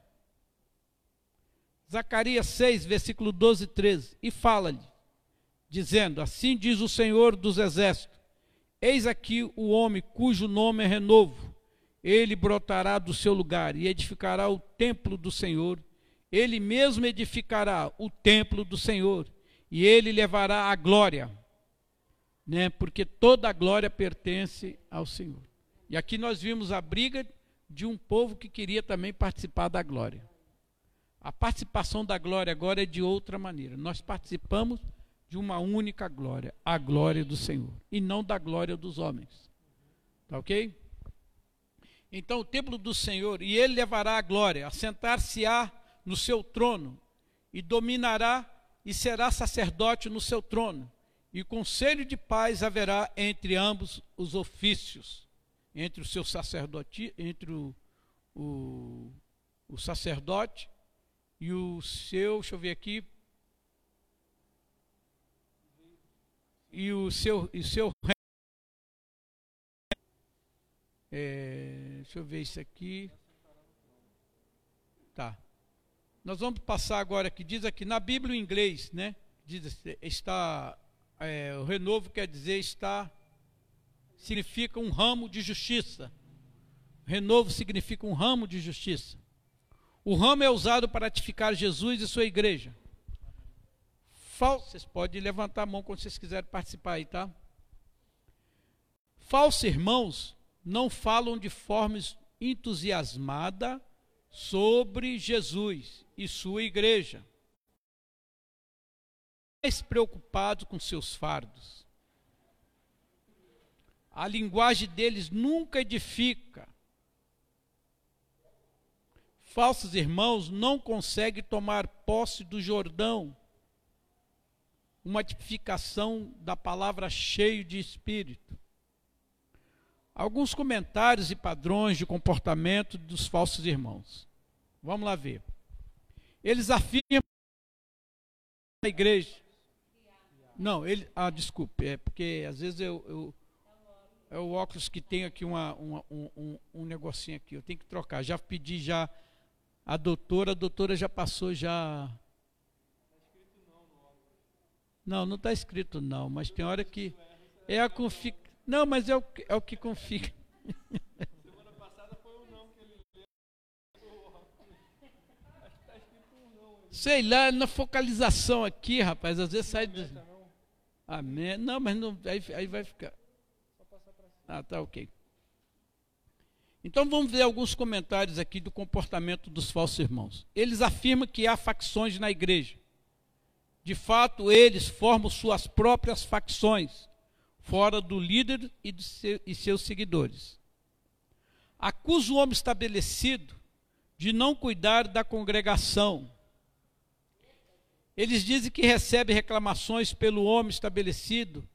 Zacarias 6, versículo 12 e 13. E fala-lhe, dizendo: assim diz o Senhor dos Exércitos, eis aqui o homem cujo nome é renovo, ele brotará do seu lugar e edificará o templo do Senhor. Ele mesmo edificará o templo do Senhor, e ele levará a glória, né? Porque toda a glória pertence ao Senhor. E aqui nós vimos a briga de um povo que queria também participar da glória. A participação da glória agora é de outra maneira. Nós participamos de uma única glória, a glória do Senhor, e não da glória dos homens. Tá ok? Então o templo do Senhor, e ele levará a glória, assentar-se-á no seu trono, e dominará e será sacerdote no seu trono, e conselho de paz haverá entre ambos os ofícios, entre o seu sacerdote, entre o sacerdote e o seu, deixa eu ver aqui, e o seu deixa eu ver isso aqui. Tá. Nós vamos passar agora que diz aqui na Bíblia em inglês, né? Diz está o renovo quer dizer significa um ramo de justiça. Renovo significa um ramo de justiça. O ramo é usado para ratificar Jesus e sua igreja. Vocês podem levantar a mão quando vocês quiserem participar aí, tá? Falsos irmãos não falam de forma entusiasmada sobre Jesus e sua igreja, mais preocupados com seus fardos. A linguagem deles nunca edifica. Falsos irmãos não conseguem tomar posse do Jordão, uma tipificação da palavra cheio de espírito. Alguns comentários e padrões de comportamento dos falsos irmãos. Vamos lá ver. Eles afirmam na igreja. Não, desculpe, é porque às vezes é o óculos que tem aqui um negocinho aqui. Eu tenho que trocar. Já pedi já a doutora já passou já. Não está escrito não, mas tem hora que é a config. Não, mas é o que config. Semana passada foi um não que ele leu. Sei lá, na focalização aqui, rapaz, às vezes sai... Amém. Não, mas não, aí vai ficar... Ah, tá, ok. Então vamos ver alguns comentários aqui do comportamento dos falsos irmãos. Eles afirmam que há facções na igreja. De fato, eles formam suas próprias facções, fora do líder e seus seguidores. Acusa o homem estabelecido de não cuidar da congregação. Eles dizem que recebe reclamações pelo homem estabelecido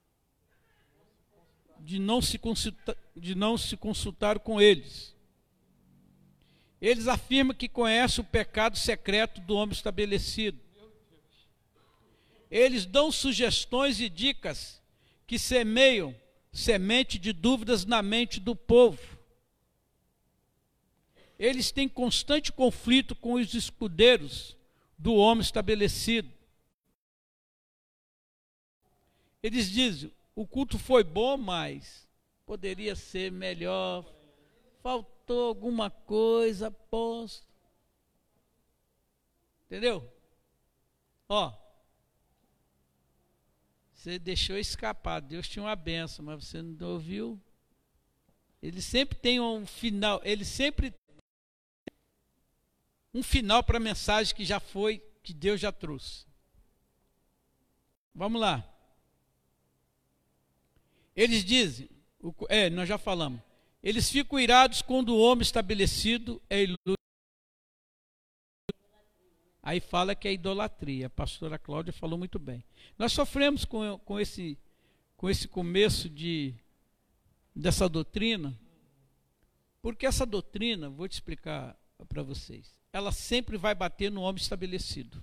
de não se consultar com eles. Eles afirmam que conhecem o pecado secreto do homem estabelecido. Eles dão sugestões e dicas que semeiam semente de dúvidas na mente do povo. Eles têm constante conflito com os escudeiros do homem estabelecido. Eles dizem: o culto foi bom, mas poderia ser melhor. Faltou alguma coisa, apóstolo. Entendeu? Ó, você deixou escapar. Deus tinha uma benção, mas você não ouviu. Ele sempre tem um final. Ele sempre tem um final para a mensagem que já foi, que Deus já trouxe. Vamos lá. Eles dizem, nós já falamos, eles ficam irados quando o homem estabelecido é ilustre. Aí fala que é idolatria. A pastora Cláudia falou muito bem. Nós sofremos com esse começo dessa doutrina, porque essa doutrina, vou te explicar para vocês, ela sempre vai bater no homem estabelecido.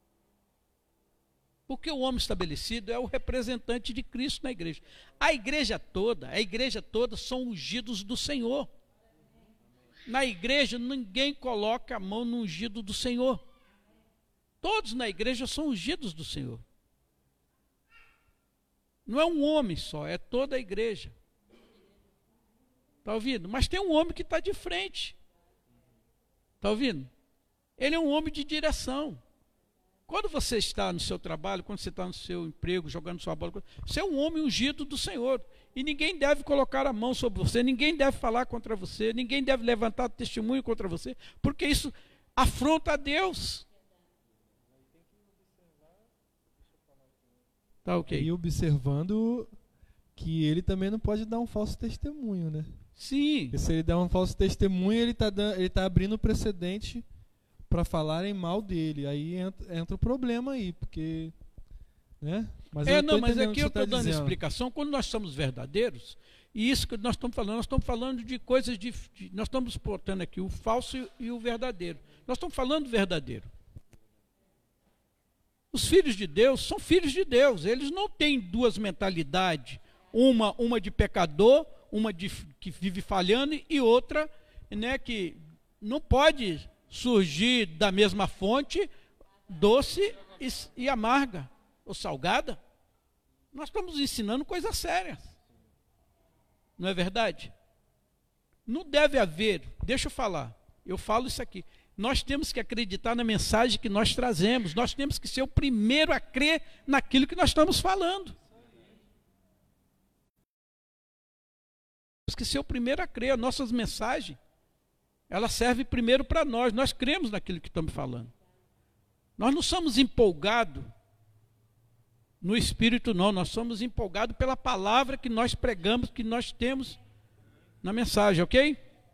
Porque o homem estabelecido é o representante de Cristo na igreja. A igreja toda são ungidos do Senhor. Na igreja ninguém coloca a mão no ungido do Senhor. Todos na igreja são ungidos do Senhor. Não é um homem só, é toda a igreja. Está ouvindo? Mas tem um homem que está de frente. Está ouvindo? Ele é um homem de direção. Quando você está no seu trabalho, quando você está no seu emprego, jogando sua bola, você é um homem ungido do Senhor. E ninguém deve colocar a mão sobre você, ninguém deve falar contra você, ninguém deve levantar testemunho contra você, porque isso afronta a Deus. Tá ok. E observando que ele também não pode dar um falso testemunho, né? Sim. Porque se ele der um falso testemunho, ele tá abrindo precedente para falarem mal dele. Aí entra o problema aí, porque, né? Mas aqui eu estou dando explicação. Quando nós somos verdadeiros, e isso que nós estamos falando de coisas nós estamos botando aqui o falso e o verdadeiro. Nós estamos falando verdadeiro. Os filhos de Deus são filhos de Deus. Eles não têm duas mentalidades, uma de pecador, uma que vive falhando, e outra, né, que não pode surgir da mesma fonte, doce e amarga, ou salgada. Nós estamos ensinando coisas sérias. Não é verdade? Não deve haver, deixa eu falar, eu falo isso aqui, nós temos que acreditar na mensagem que nós trazemos, nós temos que ser o primeiro a crer naquilo que nós estamos falando. Temos que ser o primeiro a crer, as nossas mensagens, ela serve primeiro para nós. Nós cremos naquilo que estamos falando. Nós não somos empolgados no Espírito, não. Nós somos empolgados pela palavra que nós pregamos, que nós temos na mensagem, ok?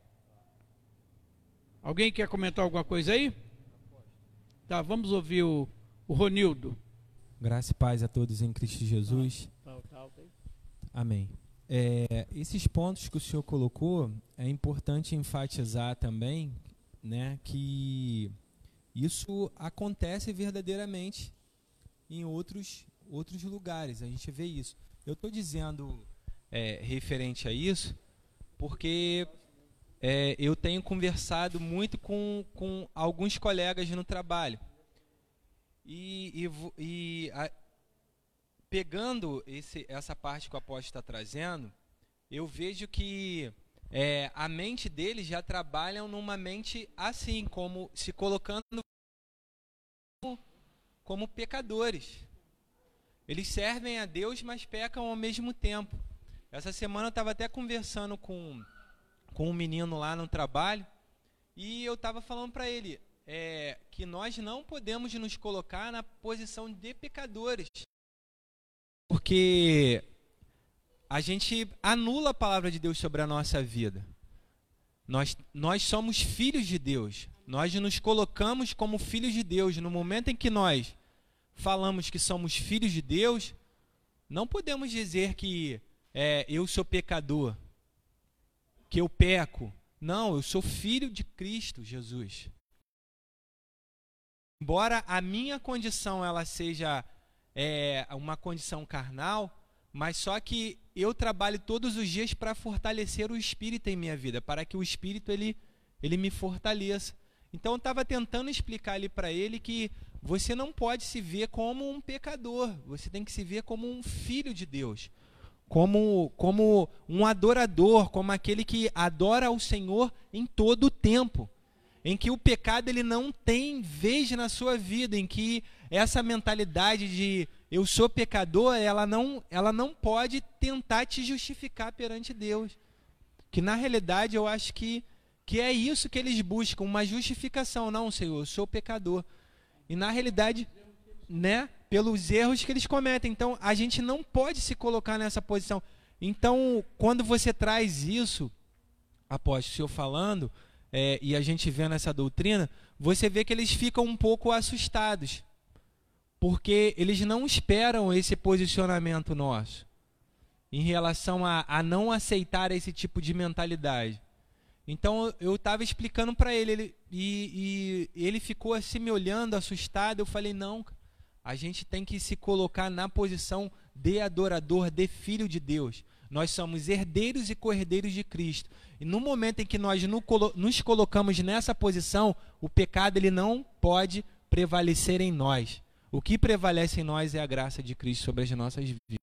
Alguém quer comentar alguma coisa aí? Tá, vamos ouvir o Ronildo. Graça e paz a todos em Cristo Jesus. Ok. Amém. Esses pontos que o senhor colocou, é importante enfatizar também, né, que isso acontece verdadeiramente em outros lugares. A gente vê isso. Eu estou dizendo referente a isso porque eu tenho conversado muito com alguns colegas no trabalho pegando essa parte que o apóstolo está trazendo, eu vejo que a mente deles já trabalham numa mente assim, como se colocando como pecadores. Eles servem a Deus, mas pecam ao mesmo tempo. Essa semana eu estava até conversando com um menino lá no trabalho, e eu estava falando para ele que nós não podemos nos colocar na posição de pecadores, porque a gente anula a palavra de Deus sobre a nossa vida. Nós somos filhos de Deus, nós nos colocamos como filhos de Deus. No momento em que nós falamos que somos filhos de Deus, não podemos dizer que eu sou pecador, que eu peco. Não, eu sou filho de Cristo Jesus. Embora a minha condição ela seja uma condição carnal, mas só que eu trabalho todos os dias para fortalecer o Espírito em minha vida, para que o Espírito ele me fortaleça. Então eu estava tentando explicar ali para ele que você não pode se ver como um pecador, você tem que se ver como um filho de Deus, como um adorador, como aquele que adora ao Senhor em todo o tempo, em que o pecado ele não tem vez na sua vida, em que essa mentalidade de eu sou pecador, ela não pode tentar te justificar perante Deus. Que na realidade eu acho que é isso que eles buscam, uma justificação. Não, Senhor, eu sou pecador. E na realidade, né, pelos erros que eles cometem. Então, a gente não pode se colocar nessa posição. Então, quando você traz isso, apóstolo, o senhor falando, e a gente vendo essa doutrina, você vê que eles ficam um pouco assustados, porque eles não esperam esse posicionamento nosso, em relação a não aceitar esse tipo de mentalidade. Então, eu estava explicando para ele, e ele ficou assim me olhando, assustado. Eu falei, não, a gente tem que se colocar na posição de adorador, de filho de Deus. Nós somos herdeiros e co-herdeiros de Cristo. E no momento em que nós nos colocamos nessa posição, o pecado ele não pode prevalecer em nós. O que prevalece em nós é a graça de Cristo sobre as nossas vidas.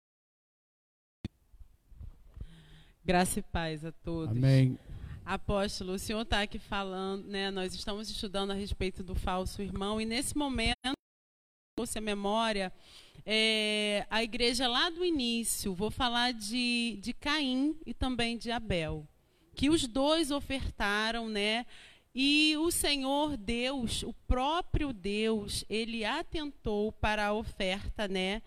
Graça e paz a todos. Amém. Apóstolo, o senhor está aqui falando, né? Nós estamos estudando a respeito do falso irmão, e nesse momento, se a memória, a igreja lá do início, vou falar de Caim e também de Abel, que os dois ofertaram, né? E o Senhor Deus, o próprio Deus, ele atentou para a oferta, né?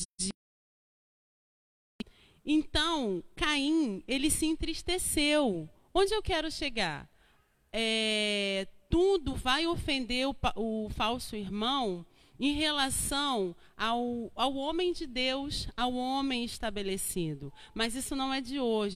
Então, Caim, ele se entristeceu. Onde eu quero chegar? Tudo vai ofender o falso irmão em relação ao homem de Deus, ao homem estabelecido. Mas isso não é de hoje,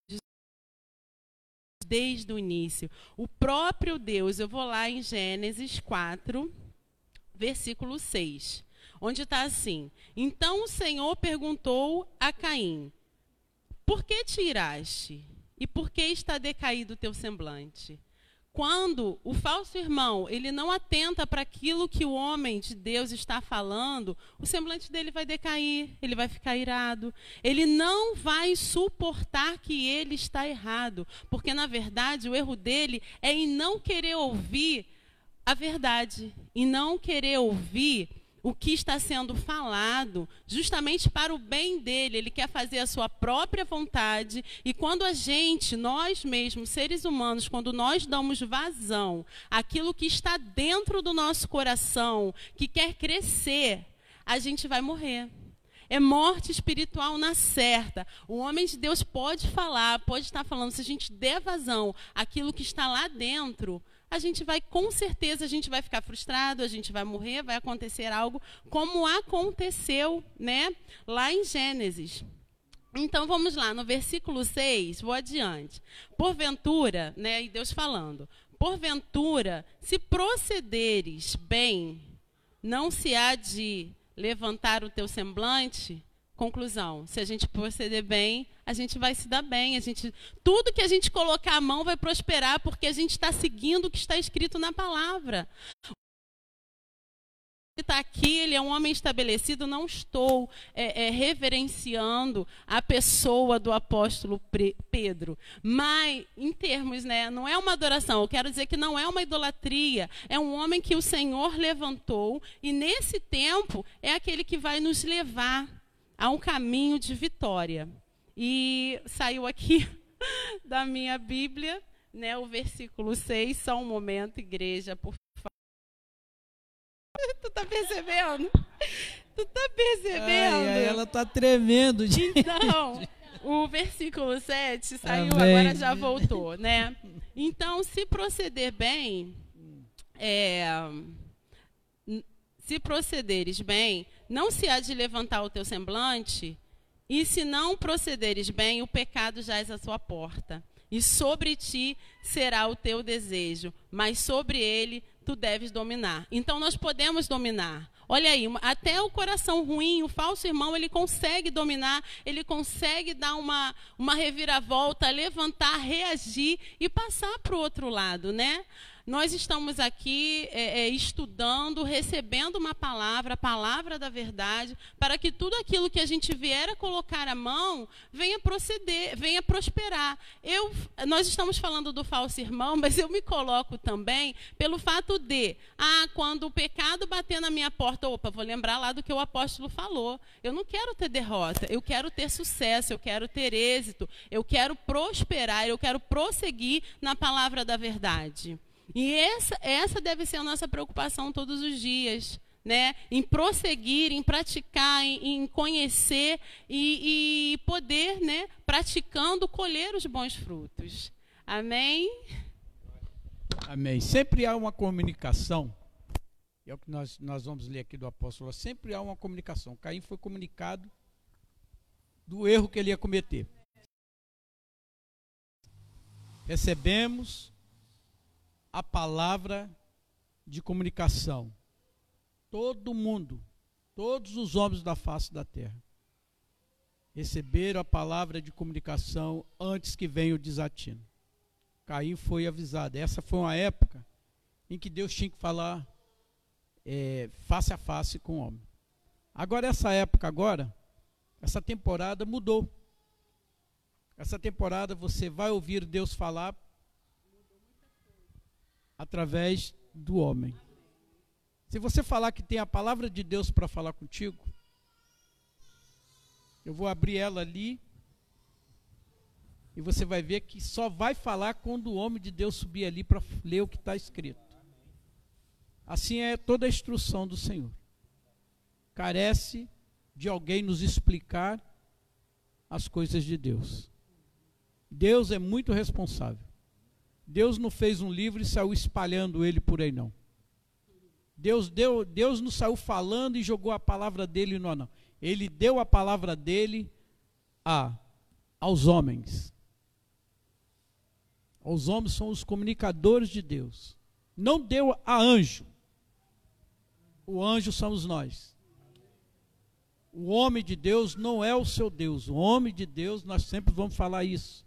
desde o início. O próprio Deus, eu vou lá em Gênesis 4, versículo 6, onde está assim: então o Senhor perguntou a Caim, por que te iraste? E por que está decaído o teu semblante? Quando o falso irmão ele não atenta para aquilo que o homem de Deus está falando, o semblante dele vai decair, ele vai ficar irado. Ele não vai suportar que ele está errado, porque, na verdade, o erro dele é em não querer ouvir a verdade, em não querer ouvir o que está sendo falado, justamente para o bem dele. Ele quer fazer a sua própria vontade, e quando nós mesmos, seres humanos, quando nós damos vazão àquilo que está dentro do nosso coração, que quer crescer, a gente vai morrer. É morte espiritual na certa. O homem de Deus pode falar, pode estar falando, se a gente der vazão àquilo que está lá dentro, a gente vai, com certeza, a gente vai ficar frustrado, a gente vai morrer, vai acontecer algo como aconteceu, né, lá em Gênesis. Então, vamos lá, no versículo 6, vou adiante. Porventura, né, e Deus falando, porventura, se procederes bem, não se há de levantar o teu semblante? Conclusão, se a gente proceder bem, a gente vai se dar bem. Tudo que a gente colocar a mão vai prosperar, porque a gente está seguindo o que está escrito na palavra. está aqui, ele é um homem estabelecido, não estou reverenciando a pessoa do apóstolo Pedro, mas em termos, né, não é uma adoração, eu quero dizer que não é uma idolatria, é um homem que o Senhor levantou, e nesse tempo é aquele que vai nos levar a um caminho de vitória. E saiu aqui da minha Bíblia, né, o versículo 6, só um momento, igreja, por favor. Tu tá percebendo? Tu tá percebendo? Ai, ela tá tremendo. Então, o versículo 7 saiu, Amém. agora já voltou, né? Então, se procederes bem, não se há de levantar o teu semblante, e se não procederes bem, o pecado jaz à sua porta. E sobre ti será o teu desejo, mas sobre ele tu deves dominar. Então nós podemos dominar. Olha aí, até o coração ruim, o falso irmão, ele consegue dominar, ele consegue dar uma reviravolta, levantar, reagir e passar para o outro lado, né? Nós estamos aqui estudando, recebendo uma palavra, a palavra da verdade, para que tudo aquilo que a gente vier a colocar a mão venha proceder, venha prosperar. Nós estamos falando do falso irmão, mas eu me coloco também pelo fato de, quando o pecado bater na minha porta, vou lembrar lá do que o apóstolo falou. Eu não quero ter derrota, eu quero ter sucesso, eu quero ter êxito, eu quero prosperar, eu quero prosseguir na palavra da verdade. E essa deve ser a nossa preocupação todos os dias, né? Em prosseguir, em praticar, em conhecer e poder, né, praticando, colher os bons frutos. Amém? Amém. Sempre há uma comunicação, é o que nós vamos ler aqui do apóstolo, sempre há uma comunicação. Caim foi comunicado do erro que ele ia cometer. Recebemos a palavra de comunicação. Todo mundo, todos os homens da face da terra, receberam a palavra de comunicação antes que venha o desatino. Caim foi avisado. Essa foi uma época em que Deus tinha que falar face a face com o homem. Agora essa época essa temporada mudou. Essa temporada você vai ouvir Deus falar através do homem. Se você falar que tem a palavra de Deus para falar contigo, eu vou abrir ela ali e você vai ver que só vai falar quando o homem de Deus subir ali para ler o que está escrito. Assim é toda a instrução do Senhor. Carece de alguém nos explicar as coisas de Deus. Deus é muito responsável. Deus não fez um livro e saiu espalhando ele por aí, não. Deus não saiu falando e jogou a palavra dele no anão. Ele deu a palavra dele aos homens. Os homens são os comunicadores de Deus. Não deu a anjo. O anjo somos nós. O homem de Deus não é o seu Deus. O homem de Deus, nós sempre vamos falar isso.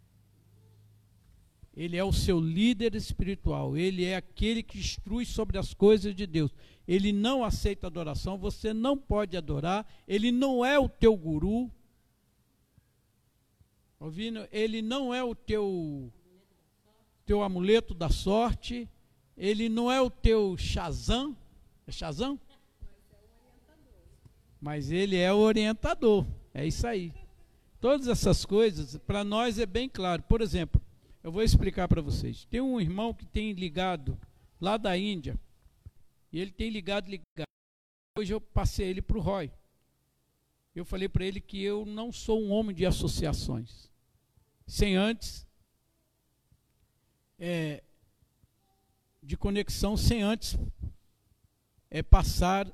Ele é o seu líder espiritual. Ele é aquele que instrui sobre as coisas de Deus. Ele não aceita adoração. Você não pode adorar. Ele não é o teu guru. Ouvindo? Ele não é o teu amuleto da sorte. Ele não é o teu Shazam. É Shazam? Mas ele é o orientador. É isso aí. Todas essas coisas, para nós é bem claro. Por exemplo, eu vou explicar para vocês. Tem um irmão que tem ligado lá da Índia. E ele tem ligado. Hoje eu passei ele para o Roy. Eu falei para ele que eu não sou um homem de associações. Sem antes de conexão, sem antes passar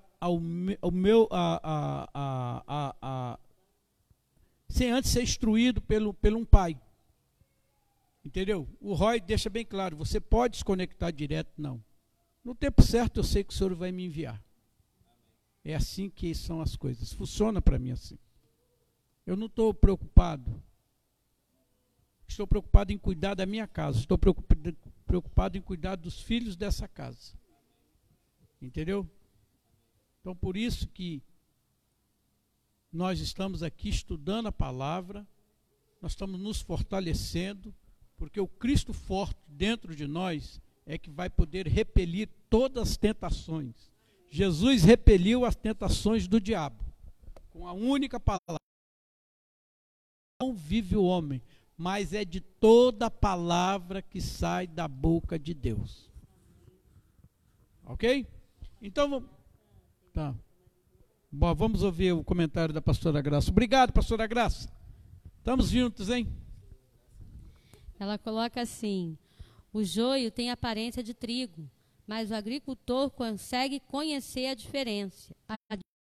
sem antes ser instruído pelo um pai. Entendeu? O Roy deixa bem claro, você pode se conectar direto, não. No tempo certo eu sei que o Senhor vai me enviar. É assim que são as coisas. Funciona para mim assim. Eu não estou preocupado. Estou preocupado em cuidar da minha casa. Estou preocupado em cuidar dos filhos dessa casa. Entendeu? Então, por isso que nós estamos aqui estudando a palavra, nós estamos nos fortalecendo, porque o Cristo forte dentro de nós é que vai poder repelir todas as tentações. Jesus repeliu as tentações do diabo com a única palavra. Não vive o homem, mas é de toda palavra que sai da boca de Deus. Ok? Então, tá. Bom, vamos ouvir o comentário da pastora Graça. Obrigado, pastora Graça. Estamos juntos, hein? Ela coloca assim: o joio tem aparência de trigo, mas o agricultor consegue conhecer a diferença. A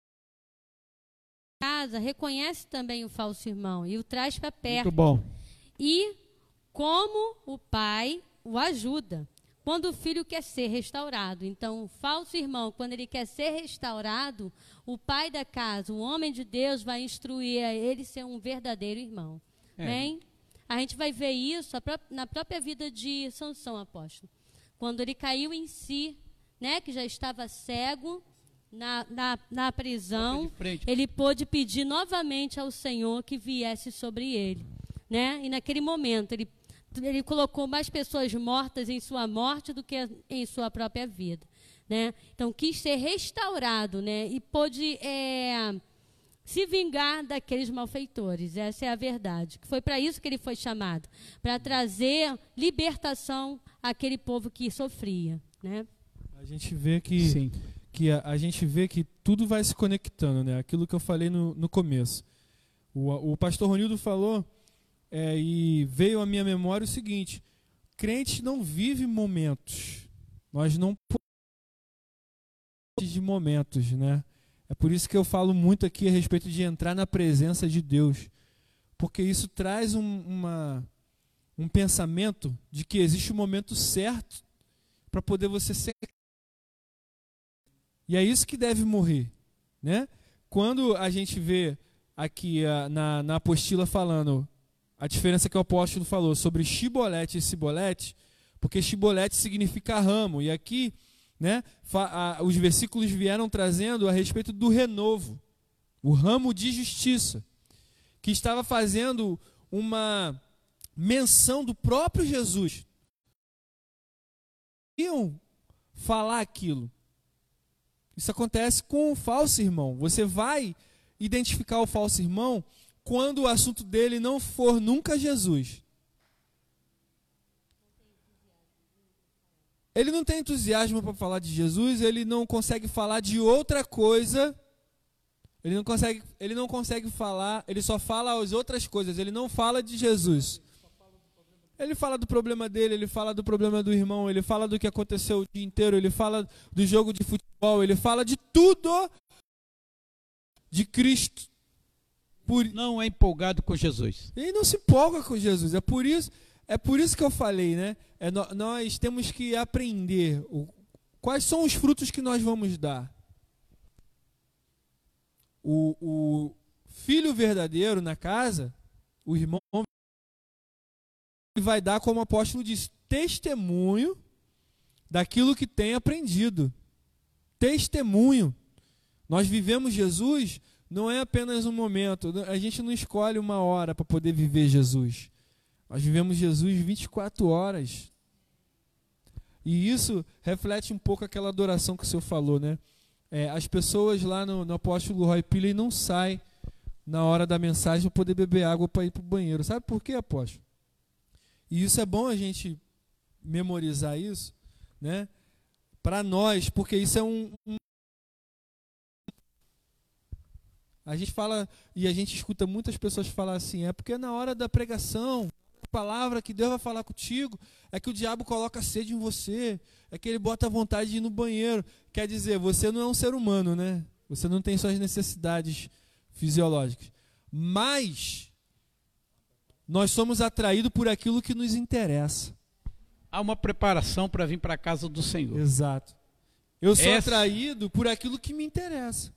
casa reconhece também o falso irmão e o traz para perto. Muito bom. E como o pai o ajuda quando o filho quer ser restaurado. Então, o falso irmão, quando ele quer ser restaurado, o pai da casa, o homem de Deus, vai instruir a ele ser um verdadeiro irmão. Bem, a gente vai ver isso na própria vida de Sansão, apóstolo. Quando ele caiu em si, né, que já estava cego na prisão, ele pôde pedir novamente ao Senhor que viesse sobre ele. Né? E naquele momento, ele colocou mais pessoas mortas em sua morte do que em sua própria vida. Né? Então, quis ser restaurado, né? E pôde se vingar daqueles malfeitores. Essa é a verdade. Foi para isso que ele foi chamado, para trazer libertação àquele povo que sofria. Né? A gente vê a gente vê que tudo vai se conectando, né? Aquilo que eu falei no começo. O pastor Ronildo falou, e veio à minha memória o seguinte: crente não vive momentos. Nós não podemos de momentos, né? É por isso que eu falo muito aqui a respeito de entrar na presença de Deus, porque isso traz um pensamento de que existe um momento certo para poder você ser. E é isso que deve morrer, né? Quando a gente vê aqui na apostila falando a diferença que o apóstolo falou sobre chibolete e cibolete, porque chibolete significa ramo, e aqui, né, os versículos vieram trazendo a respeito do renovo, o ramo de justiça, que estava fazendo uma menção do próprio Jesus. Iam falar aquilo. Isso acontece com o falso irmão. Você vai identificar o falso irmão quando o assunto dele não for nunca Jesus. Ele não tem entusiasmo para falar de Jesus, ele não consegue falar de outra coisa, ele não consegue falar, ele só fala as outras coisas, ele não fala de Jesus. Ele fala do problema dele, ele fala do problema do irmão, ele fala do que aconteceu o dia inteiro, ele fala do jogo de futebol, ele fala de tudo de Cristo. Não é empolgado com Jesus. Ele não se empolga com Jesus. É por isso que eu falei, né? Nós temos que aprender quais são os frutos que nós vamos dar. O filho verdadeiro na casa, o irmão, ele vai dar, como o apóstolo disse, testemunho daquilo que tem aprendido. Testemunho. Nós vivemos Jesus. Não é apenas um momento, a gente não escolhe uma hora para poder viver Jesus. Nós vivemos Jesus 24 horas. E isso reflete um pouco aquela adoração que o senhor falou, né? As pessoas lá no apóstolo Roy Pilley não saem na hora da mensagem para poder beber água para ir para o banheiro. Sabe por quê, apóstolo? E isso é bom a gente memorizar isso, né? Para nós, porque isso é a gente fala, e a gente escuta muitas pessoas falar assim, é porque na hora da pregação, a palavra que Deus vai falar contigo, é que o diabo coloca sede em você, é que ele bota a vontade de ir no banheiro. Quer dizer, você não é um ser humano, né? Você não tem suas necessidades fisiológicas. Mas nós somos atraídos por aquilo que nos interessa. Há uma preparação para vir para a casa do Senhor. Exato. Eu sou atraído por aquilo que me interessa.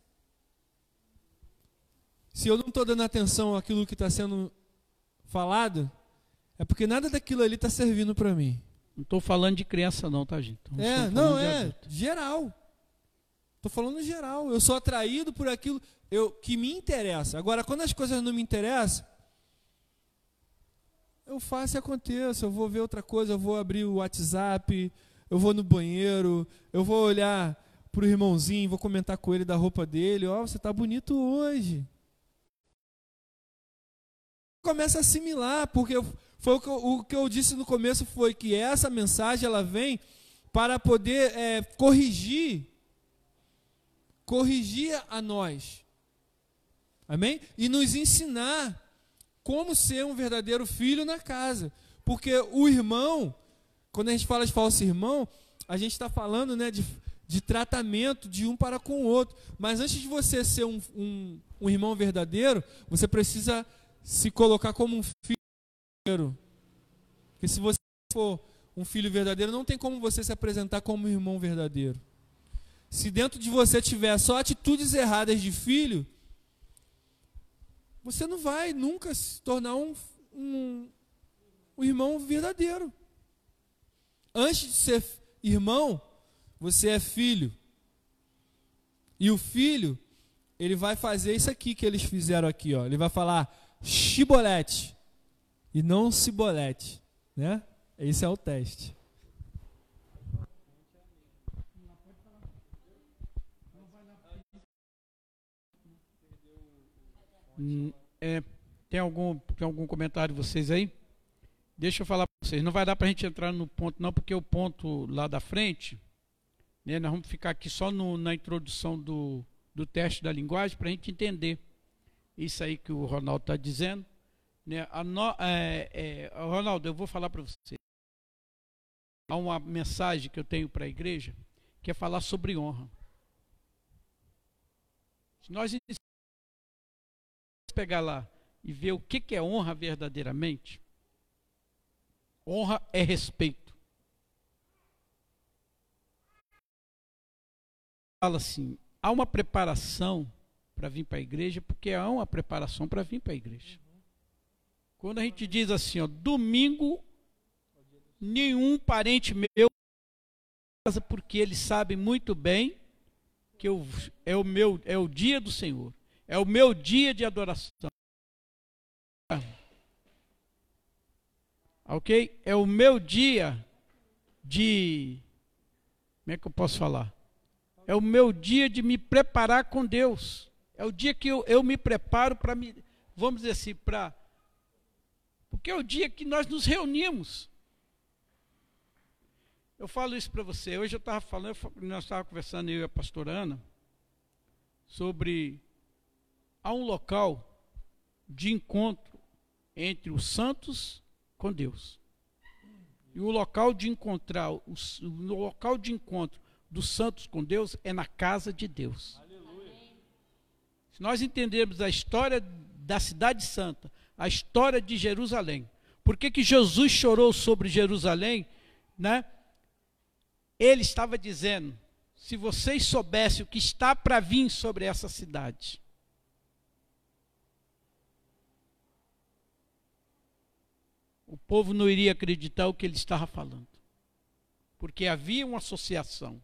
Se eu não estou dando atenção àquilo que está sendo falado, é porque nada daquilo ali está servindo para mim. Não estou falando de criança não, tá, gente? Geral. Estou falando em geral. Eu sou atraído por aquilo que me interessa. Agora, quando as coisas não me interessam, eu faço e aconteça. Eu vou ver outra coisa, eu vou abrir o WhatsApp, eu vou no banheiro, eu vou olhar para o irmãozinho, vou comentar com ele da roupa dele. Ó, você está bonito hoje. Começa a assimilar, porque foi o que eu disse no começo, foi que essa mensagem ela vem para poder corrigir a nós, amém? E nos ensinar como ser um verdadeiro filho na casa, porque o irmão, quando a gente fala de falso irmão, a gente está falando, né, de tratamento de um para com o outro, mas antes de você ser um irmão verdadeiro, você precisa se colocar como um filho verdadeiro. Porque se você for um filho verdadeiro, não tem como você se apresentar como um irmão verdadeiro. Se dentro de você tiver só atitudes erradas de filho, você não vai nunca se tornar um irmão verdadeiro. Antes de ser irmão, você é filho. E o filho, ele vai fazer isso aqui que eles fizeram aqui, ó. Ele vai falar chibolete e não cibolete, né? Esse é o teste. Tem algum comentário de vocês aí? Deixa eu falar para vocês. Não vai dar para a gente entrar no ponto não, porque o ponto lá da frente, né, nós vamos ficar aqui só na introdução do teste da linguagem para a gente entender isso aí que o Ronaldo está dizendo, né? Ronaldo, eu vou falar para você. Há uma mensagem que eu tenho para a igreja que é falar sobre honra. Se nós pegar lá e ver o que é honra verdadeiramente, honra é respeito. Fala assim, há uma preparação para vir para a igreja, porque há uma preparação para vir para a igreja. Quando a gente diz assim, ó, domingo, nenhum parente meu casa, porque eles sabem muito bem que é o dia do Senhor, é o meu dia de adoração. Ok? É o meu dia de... Como é que eu posso falar? É o meu dia de me preparar com Deus. É o dia que eu me preparo para me... Vamos dizer assim, porque é o dia que nós nos reunimos. Eu falo isso para você. Hoje eu estava falando, nós estávamos conversando, eu e a pastora Ana, sobre... Há um local de encontro entre os santos com Deus. E o local de encontro dos santos com Deus é na casa de Deus. Aleluia. Se nós entendermos a história da cidade santa, a história de Jerusalém, por que Jesus chorou sobre Jerusalém, né? Ele estava dizendo, se vocês soubessem o que está para vir sobre essa cidade, o povo não iria acreditar o que ele estava falando, porque havia uma associação.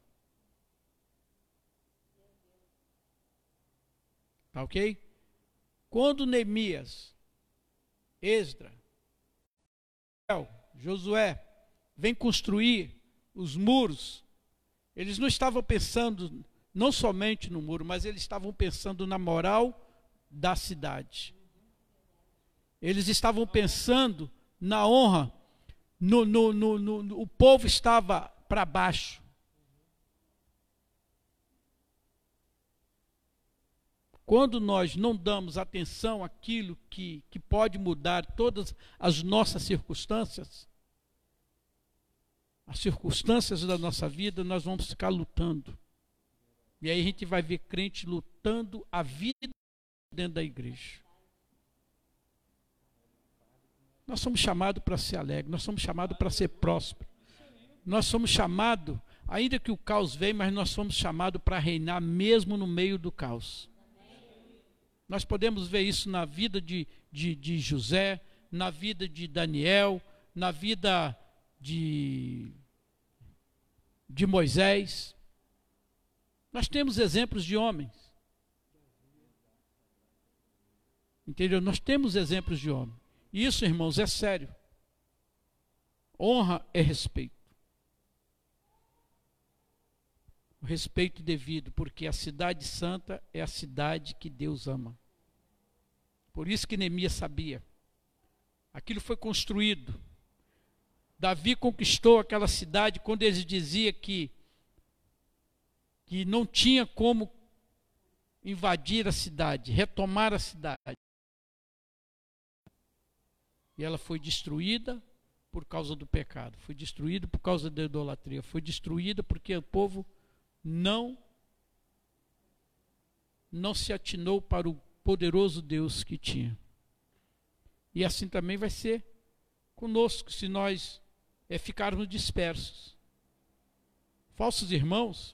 Tá ok? Quando Neemias, Esdras, Josué vem construir os muros, eles não estavam pensando não somente no muro, mas eles estavam pensando na moral da cidade. Eles estavam pensando na honra, o povo estava para baixo. Quando nós não damos atenção àquilo que pode mudar todas as nossas circunstâncias, as circunstâncias da nossa vida, nós vamos ficar lutando. E aí a gente vai ver crente lutando a vida dentro da igreja. Nós somos chamados para ser alegre, nós somos chamados para ser prósperos. Nós somos chamados, ainda que o caos venha, mas nós somos chamados para reinar mesmo no meio do caos. Nós podemos ver isso na vida de José, na vida de Daniel, na vida de Moisés. Nós temos exemplos de homens. Entendeu? Nós temos exemplos de homens. E isso, irmãos, é sério. Honra é respeito. O respeito devido, porque a cidade santa é a cidade que Deus ama. Por isso que Neemias sabia. Aquilo foi construído. Davi conquistou aquela cidade quando ele dizia que não tinha como invadir a cidade, retomar a cidade. E ela foi destruída por causa do pecado, foi destruída por causa da idolatria, foi destruída porque o povo não se atinou para o poderoso Deus que tinha. E assim também vai ser conosco, se nós ficarmos dispersos. Falsos irmãos,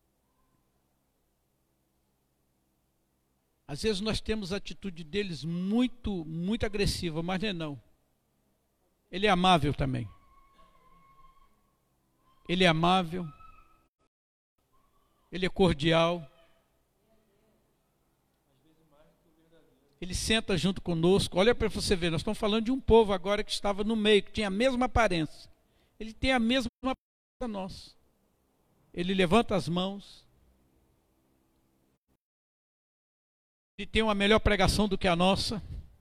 às vezes nós temos a atitude deles muito agressiva, mas não. Ele é amável também. Ele é amável. Ele é cordial. Ele senta junto conosco. Olha para você ver, nós estamos falando de um povo agora que estava no meio, que tinha a mesma aparência. Ele tem a mesma aparência que nós. Ele levanta as mãos. Ele tem uma melhor pregação do que a nossa.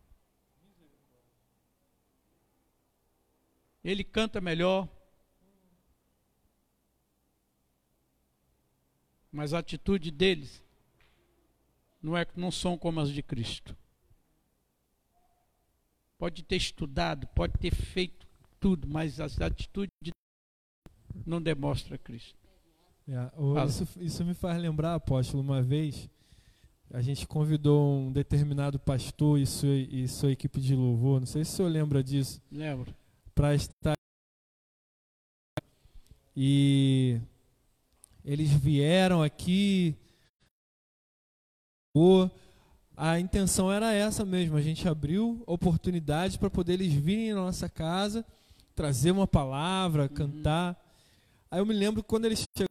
Ele canta melhor. Mas a atitude deles não são como as de Cristo. Pode ter estudado, pode ter feito tudo, mas a atitude não demonstra Cristo. Isso me faz lembrar, apóstolo, uma vez a gente convidou um determinado pastor e sua equipe de louvor, não sei se o senhor lembra disso. Lembro. Para estar. E eles vieram aqui. A intenção era essa mesmo, a gente abriu oportunidades para poder eles virem na nossa casa, trazer uma palavra, cantar. Aí eu me lembro quando eles chegaram,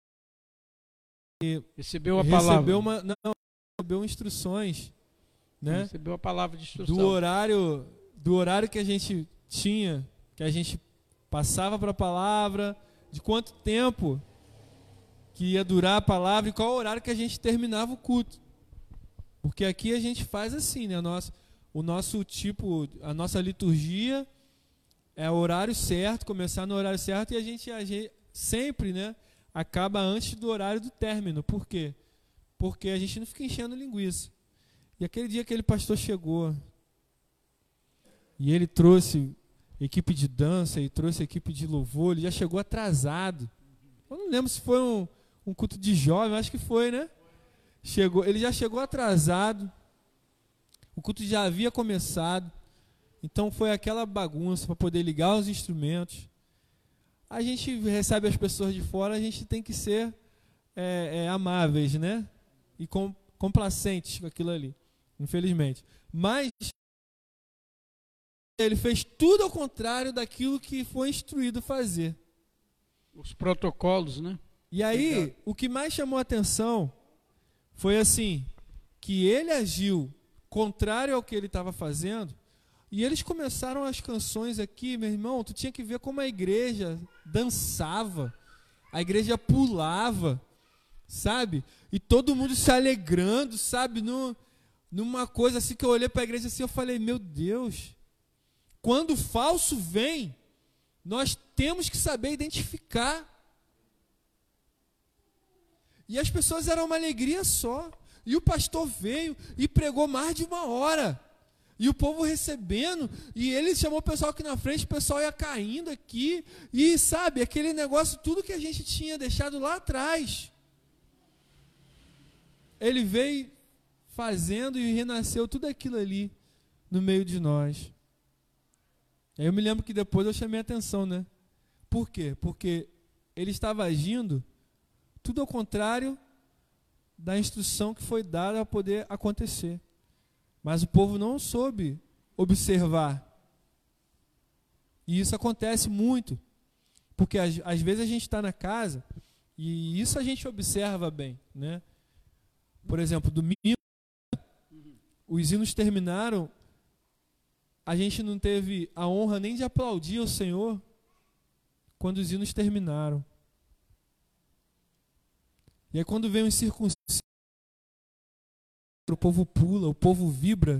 recebeu a palavra. Recebeu instruções, né? Recebeu a palavra de instrução. Do horário que a gente tinha, que a gente passava para a palavra, de quanto tempo que ia durar a palavra e qual horário que a gente terminava o culto. Porque aqui a gente faz assim, né? O nosso tipo, a nossa liturgia é o horário certo, começar no horário certo, e a gente sempre, né, acaba antes do horário do término. Por quê? Porque a gente não fica enchendo linguiça. E aquele dia aquele pastor chegou e ele trouxe equipe de dança e trouxe equipe de louvor, ele já chegou atrasado. Eu não lembro se foi um culto de jovem, acho que foi, né? Ele já chegou atrasado, o culto já havia começado, então foi aquela bagunça para poder ligar os instrumentos. A gente recebe as pessoas de fora, a gente tem que ser amáveis, né? E complacentes com aquilo ali, infelizmente. Mas ele fez tudo ao contrário daquilo que foi instruído fazer. Os protocolos, né? E aí, o que mais chamou a atenção foi assim, que ele agiu contrário ao que ele estava fazendo, e eles começaram as canções aqui, meu irmão, tu tinha que ver como a igreja dançava, a igreja pulava, sabe? E todo mundo se alegrando, sabe? Numa coisa assim que eu olhei para a igreja assim, eu falei, meu Deus, quando o falso vem, nós temos que saber identificar. E as pessoas eram uma alegria só. E o pastor veio e pregou mais de 1 hora. E o povo recebendo. E ele chamou o pessoal aqui na frente, o pessoal ia caindo aqui. E sabe, aquele negócio, tudo que a gente tinha deixado lá atrás. Ele veio fazendo e renasceu tudo aquilo ali no meio de nós. Aí eu me lembro que depois eu chamei a atenção, né? Por quê? Porque ele estava agindo tudo ao contrário da instrução que foi dada a poder acontecer. Mas o povo não soube observar. E isso acontece muito. Porque às vezes a gente está na casa E isso a gente observa bem, né? Por exemplo, domingo, os hinos terminaram, a gente não teve a honra nem de aplaudir ao Senhor quando os hinos terminaram. E aí quando vem os circuncisos, o povo pula, o povo vibra.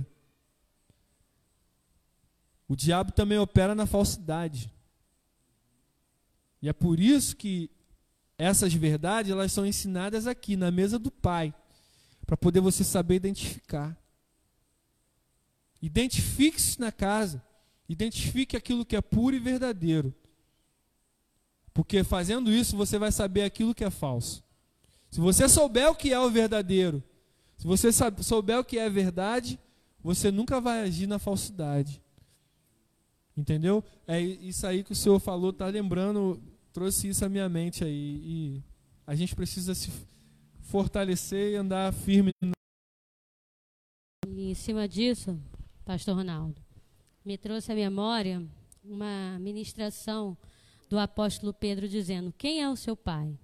O diabo também opera na falsidade. E é por isso que essas verdades, elas são ensinadas aqui, na mesa do Pai, para poder você saber identificar. Identifique-se na casa, identifique aquilo que é puro e verdadeiro. Porque fazendo isso, você vai saber aquilo que é falso. Se você souber o que é o verdadeiro, se você souber o que é a verdade, você nunca vai agir na falsidade. Entendeu? É isso aí que o senhor falou, tá lembrando, trouxe isso à minha mente aí. E a gente precisa se fortalecer e andar firme. E em cima disso, pastor Ronaldo, me trouxe à memória uma ministração do apóstolo Pedro dizendo: quem é o seu pai?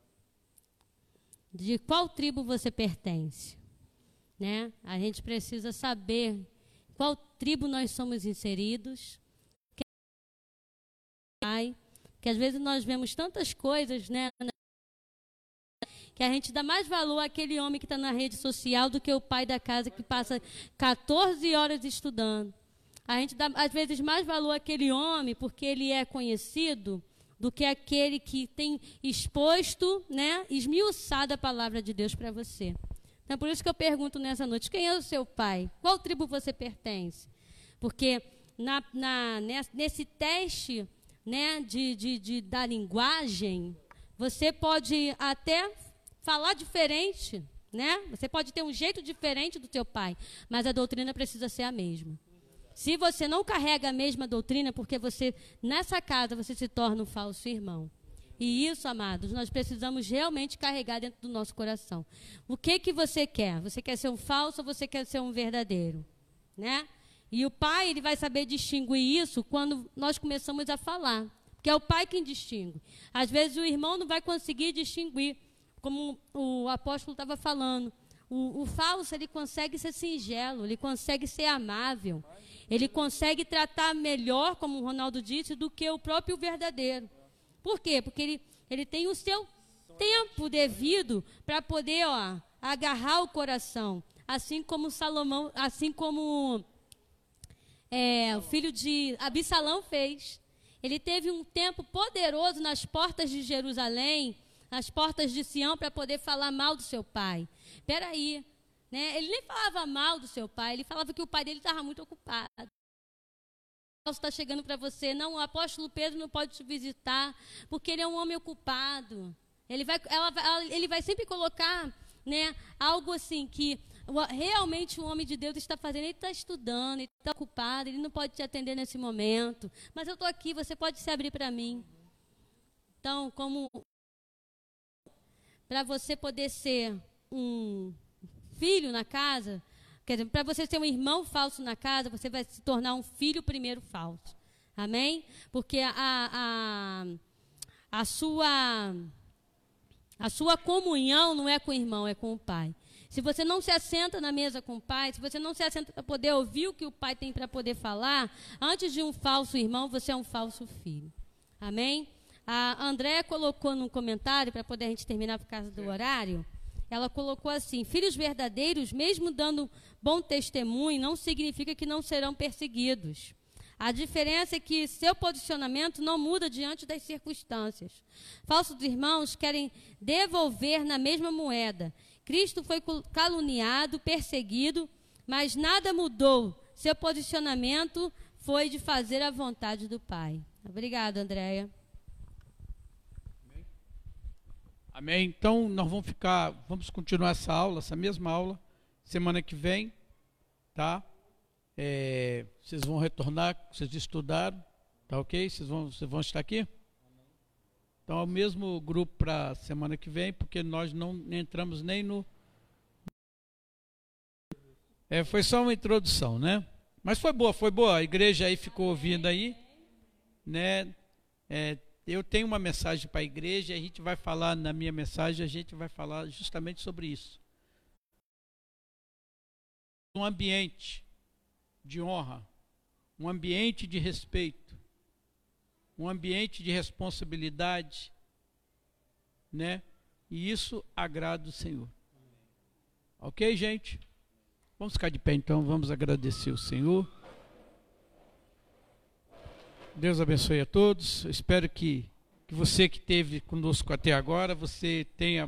De qual tribo você pertence? Né? A gente precisa saber qual tribo nós somos inseridos. Que às vezes nós vemos tantas coisas, né, que a gente dá mais valor àquele homem que está na rede social do que o pai da casa que passa 14 horas estudando. A gente dá às vezes mais valor àquele homem porque ele é conhecido do que aquele que tem exposto, né, esmiuçado a palavra de Deus para você. Então, por isso que eu pergunto nessa noite: quem é o seu pai? Qual tribo você pertence? Porque nesse teste, né, da linguagem, você pode até falar diferente, né? Você pode ter um jeito diferente do teu pai, mas a doutrina precisa ser a mesma. Se você não carrega a mesma doutrina, porque você, nessa casa, você se torna um falso irmão. E isso, amados, nós precisamos realmente carregar dentro do nosso coração. O que você quer? Você quer ser um falso ou você quer ser um verdadeiro? Né? E o pai, ele vai saber distinguir isso quando nós começamos a falar. Porque é o pai quem distingue. Às vezes o irmão não vai conseguir distinguir. Como o apóstolo estava falando. O falso, ele consegue ser singelo, ele consegue ser amável. Ele consegue tratar melhor, como o Ronaldo disse, do que o próprio verdadeiro. Por quê? Porque ele tem o seu tempo devido para poder agarrar o coração. Assim como Salomão, assim como o filho de Absalão fez. Ele teve um tempo poderoso nas portas de Jerusalém, nas portas de Sião, para poder falar mal do seu pai. Espera aí, né? Ele nem falava mal do seu pai, ele falava que o pai dele estava muito ocupado. Está chegando para você: não, o apóstolo Pedro não pode te visitar, porque ele é um homem ocupado. Ele vai sempre colocar, né, algo assim que realmente o homem de Deus está fazendo. Ele está estudando, ele está ocupado, ele não pode te atender nesse momento. Mas eu estou aqui, você pode se abrir para mim. Então, como para você poder ser um filho na casa, quer dizer, para você ser um irmão falso na casa, você vai se tornar um filho primeiro falso. Amém? Porque a sua comunhão não é com o irmão, é com o pai. Se você não se assenta na mesa com o pai, se você não se assenta para poder ouvir o que o pai tem para poder falar, antes de um falso irmão, você é um falso filho. Amém? A Andréa colocou num comentário, para poder a gente terminar por causa do horário, ela colocou assim: filhos verdadeiros, mesmo dando bom testemunho, não significa que não serão perseguidos. A diferença é que seu posicionamento não muda diante das circunstâncias. Falsos irmãos querem devolver na mesma moeda. Cristo foi caluniado, perseguido, mas nada mudou. Seu posicionamento foi de fazer a vontade do Pai. Obrigada, Andréia. Amém. Então, nós vamos continuar essa aula, essa mesma aula, semana que vem, tá? Vocês vão retornar, vocês estudaram, tá ok? Vocês vão estar aqui? Então, é o mesmo grupo para semana que vem, porque nós não entramos nem no... foi só uma introdução, né? Mas foi boa, a igreja aí ficou ouvindo aí, né? eu tenho uma mensagem para a igreja, a gente vai falar, na minha mensagem, a gente vai falar justamente sobre isso. Um ambiente de honra, um ambiente de respeito, um ambiente de responsabilidade, né? E isso agrada o Senhor. Ok, gente? Vamos ficar de pé então, vamos agradecer o Senhor. Deus abençoe a todos. Eu espero que você que esteve conosco até agora, você tenha,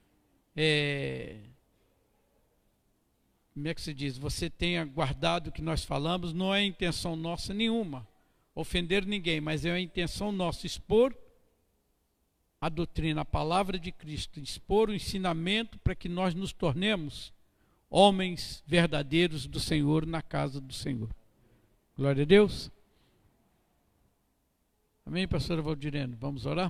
como é que se diz? Você tenha guardado o que nós falamos. Não é intenção nossa nenhuma ofender ninguém, mas é a intenção nossa expor a doutrina, a palavra de Cristo, expor o ensinamento para que nós nos tornemos homens verdadeiros do Senhor na casa do Senhor. Glória a Deus. Amém, pastora Valdirene? Vamos orar?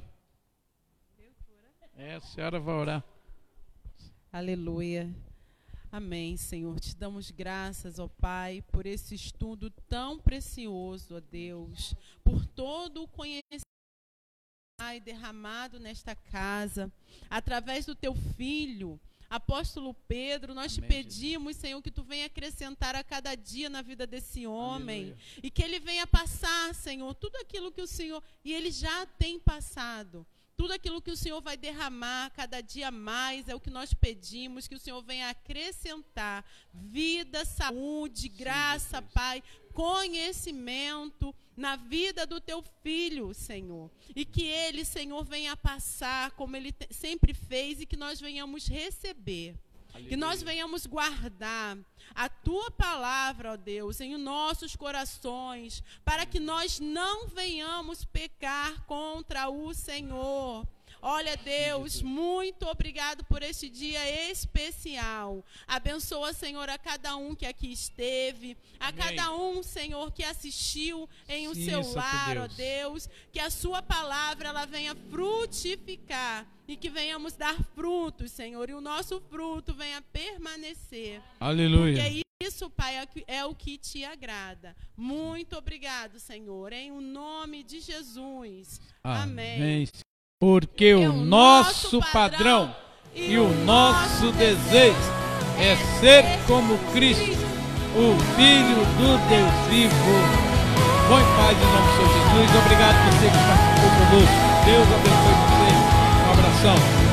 A senhora vai orar. Aleluia. Amém, Senhor. Te damos graças, ó Pai, por esse estudo tão precioso, ó Deus, por todo o conhecimento, Pai, derramado nesta casa, através do teu Filho, Apóstolo Pedro. Nós Amém, te pedimos, Jesus. Senhor, que tu venha acrescentar a cada dia na vida desse homem. Aleluia. E que ele venha passar, Senhor, tudo aquilo que o Senhor, e ele já tem passado. Tudo aquilo que o Senhor vai derramar cada dia mais é o que nós pedimos, que o Senhor venha acrescentar vida, saúde, graça, Pai, conhecimento na vida do teu filho, Senhor. E que ele, Senhor, venha passar como ele sempre fez e que nós venhamos receber. Aleluia. Que nós venhamos guardar a tua palavra, ó Deus, em nossos corações, para que nós não venhamos pecar contra o Senhor. Olha, Deus, muito obrigado por este dia especial. Abençoa, Senhor, a cada um que aqui esteve, a Amém. Cada um, Senhor, que assistiu em um celular, ó Deus, que a sua palavra ela venha frutificar e que venhamos dar frutos, Senhor, e o nosso fruto venha permanecer. Aleluia. Porque isso, Pai, é o que te agrada. Muito obrigado, Senhor, em o nome de Jesus. Amém. Amém. Porque o nosso padrão e o nosso desejo é ser como Cristo, o Filho do Deus vivo. Bom em paz em nome do Senhor Jesus. Obrigado por você que participou conosco. Deus abençoe você. Um abração.